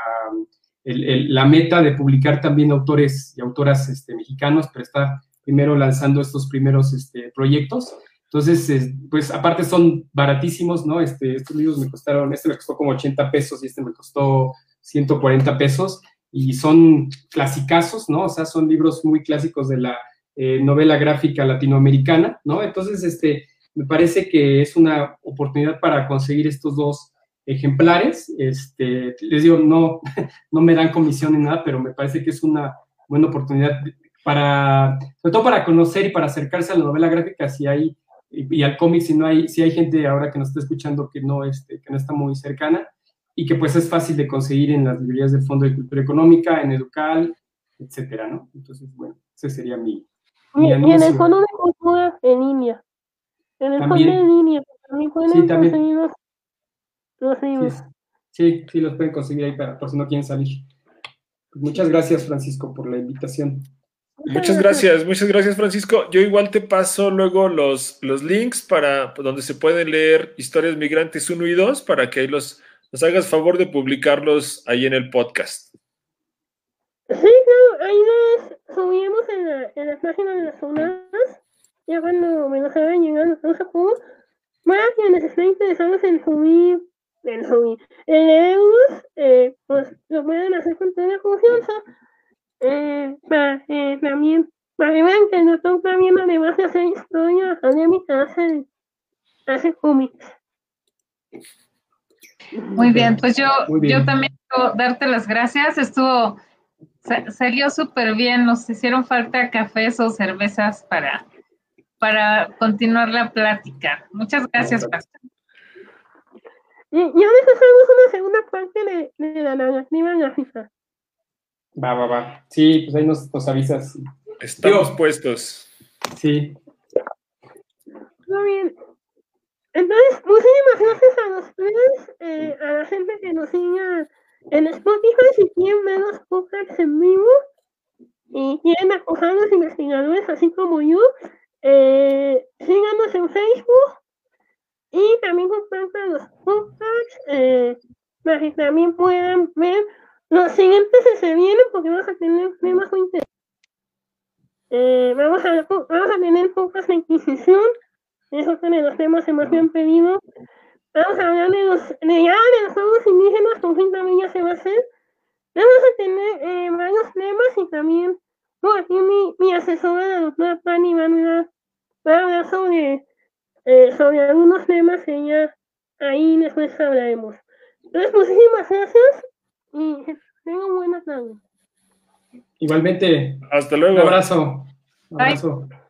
meta de publicar también autores y autoras mexicanos, pero está primero lanzando estos primeros proyectos. Entonces, pues aparte son baratísimos, ¿no? Estos libros me costó como 80 pesos y me costó 140 pesos y son clasicazos, ¿no? O sea, son libros muy clásicos de la novela gráfica latinoamericana, ¿no? Entonces, me parece que es una oportunidad para conseguir estos dos ejemplares. Les digo, no me dan comisión ni nada, pero me parece que es una buena oportunidad sobre todo para conocer y para acercarse a la novela gráfica y al cómic si hay gente ahora que nos está escuchando que no está muy cercana y que pues es fácil de conseguir en las librerías del Fondo de Cultura Económica, en Educal, etcétera, ¿no? Entonces, bueno, ese sería mi anuncio. Y en el Fondo de Cultura en línea. En el también, Fondo en línea, también pueden conseguir los libros. Sí, los pueden conseguir ahí por si no quieren salir. Muchas gracias, Francisco, por la invitación. Muchas gracias, Francisco. Yo igual te paso luego los links para donde se pueden leer Historias Migrantes 1 y 2 para que ahí nos hagas favor de publicarlos ahí en el podcast. Sí, claro, ahí los subimos en la página de las jornadas, ya cuando me los hagan llegar los Jacobo, para quienes estén interesados en leerlos, pues lo pueden hacer con toda confianza. Para que vean que el doctor también, además de hacer historia académica, hace cómics. Muy bien, pues yo también quiero darte las gracias. Salió súper bien. Nos hicieron falta cafés o cervezas para continuar la plática. Muchas gracias, Pastor. Y ya necesitamos una segunda parte de la narrativa gráfica. Va. Sí, pues ahí nos avisas. Estamos puestos. Sí. Muy bien. Entonces, muchísimas gracias a los tres, a la gente que nos siga en Spotify si quieren ver los podcasts en vivo y quieren acoger a los investigadores así como yo. Síganos en Facebook y también compartan los podcasts para que también puedan ver los siguientes que se vienen porque vamos a tener temas muy interesantes. Vamos a tener podcast de Inquisición, es otro de los temas que más me han pedido. Vamos a hablar de los pueblos indígenas, con fin también ya se va a hacer. Vamos a tener varios temas y también aquí mi asesora, la doctora Pani, va a hablar sobre algunos temas que ya ahí después hablaremos. Entonces, muchísimas gracias y que tengan buena tarde. Igualmente. Hasta luego. Un abrazo. Un abrazo. Bye.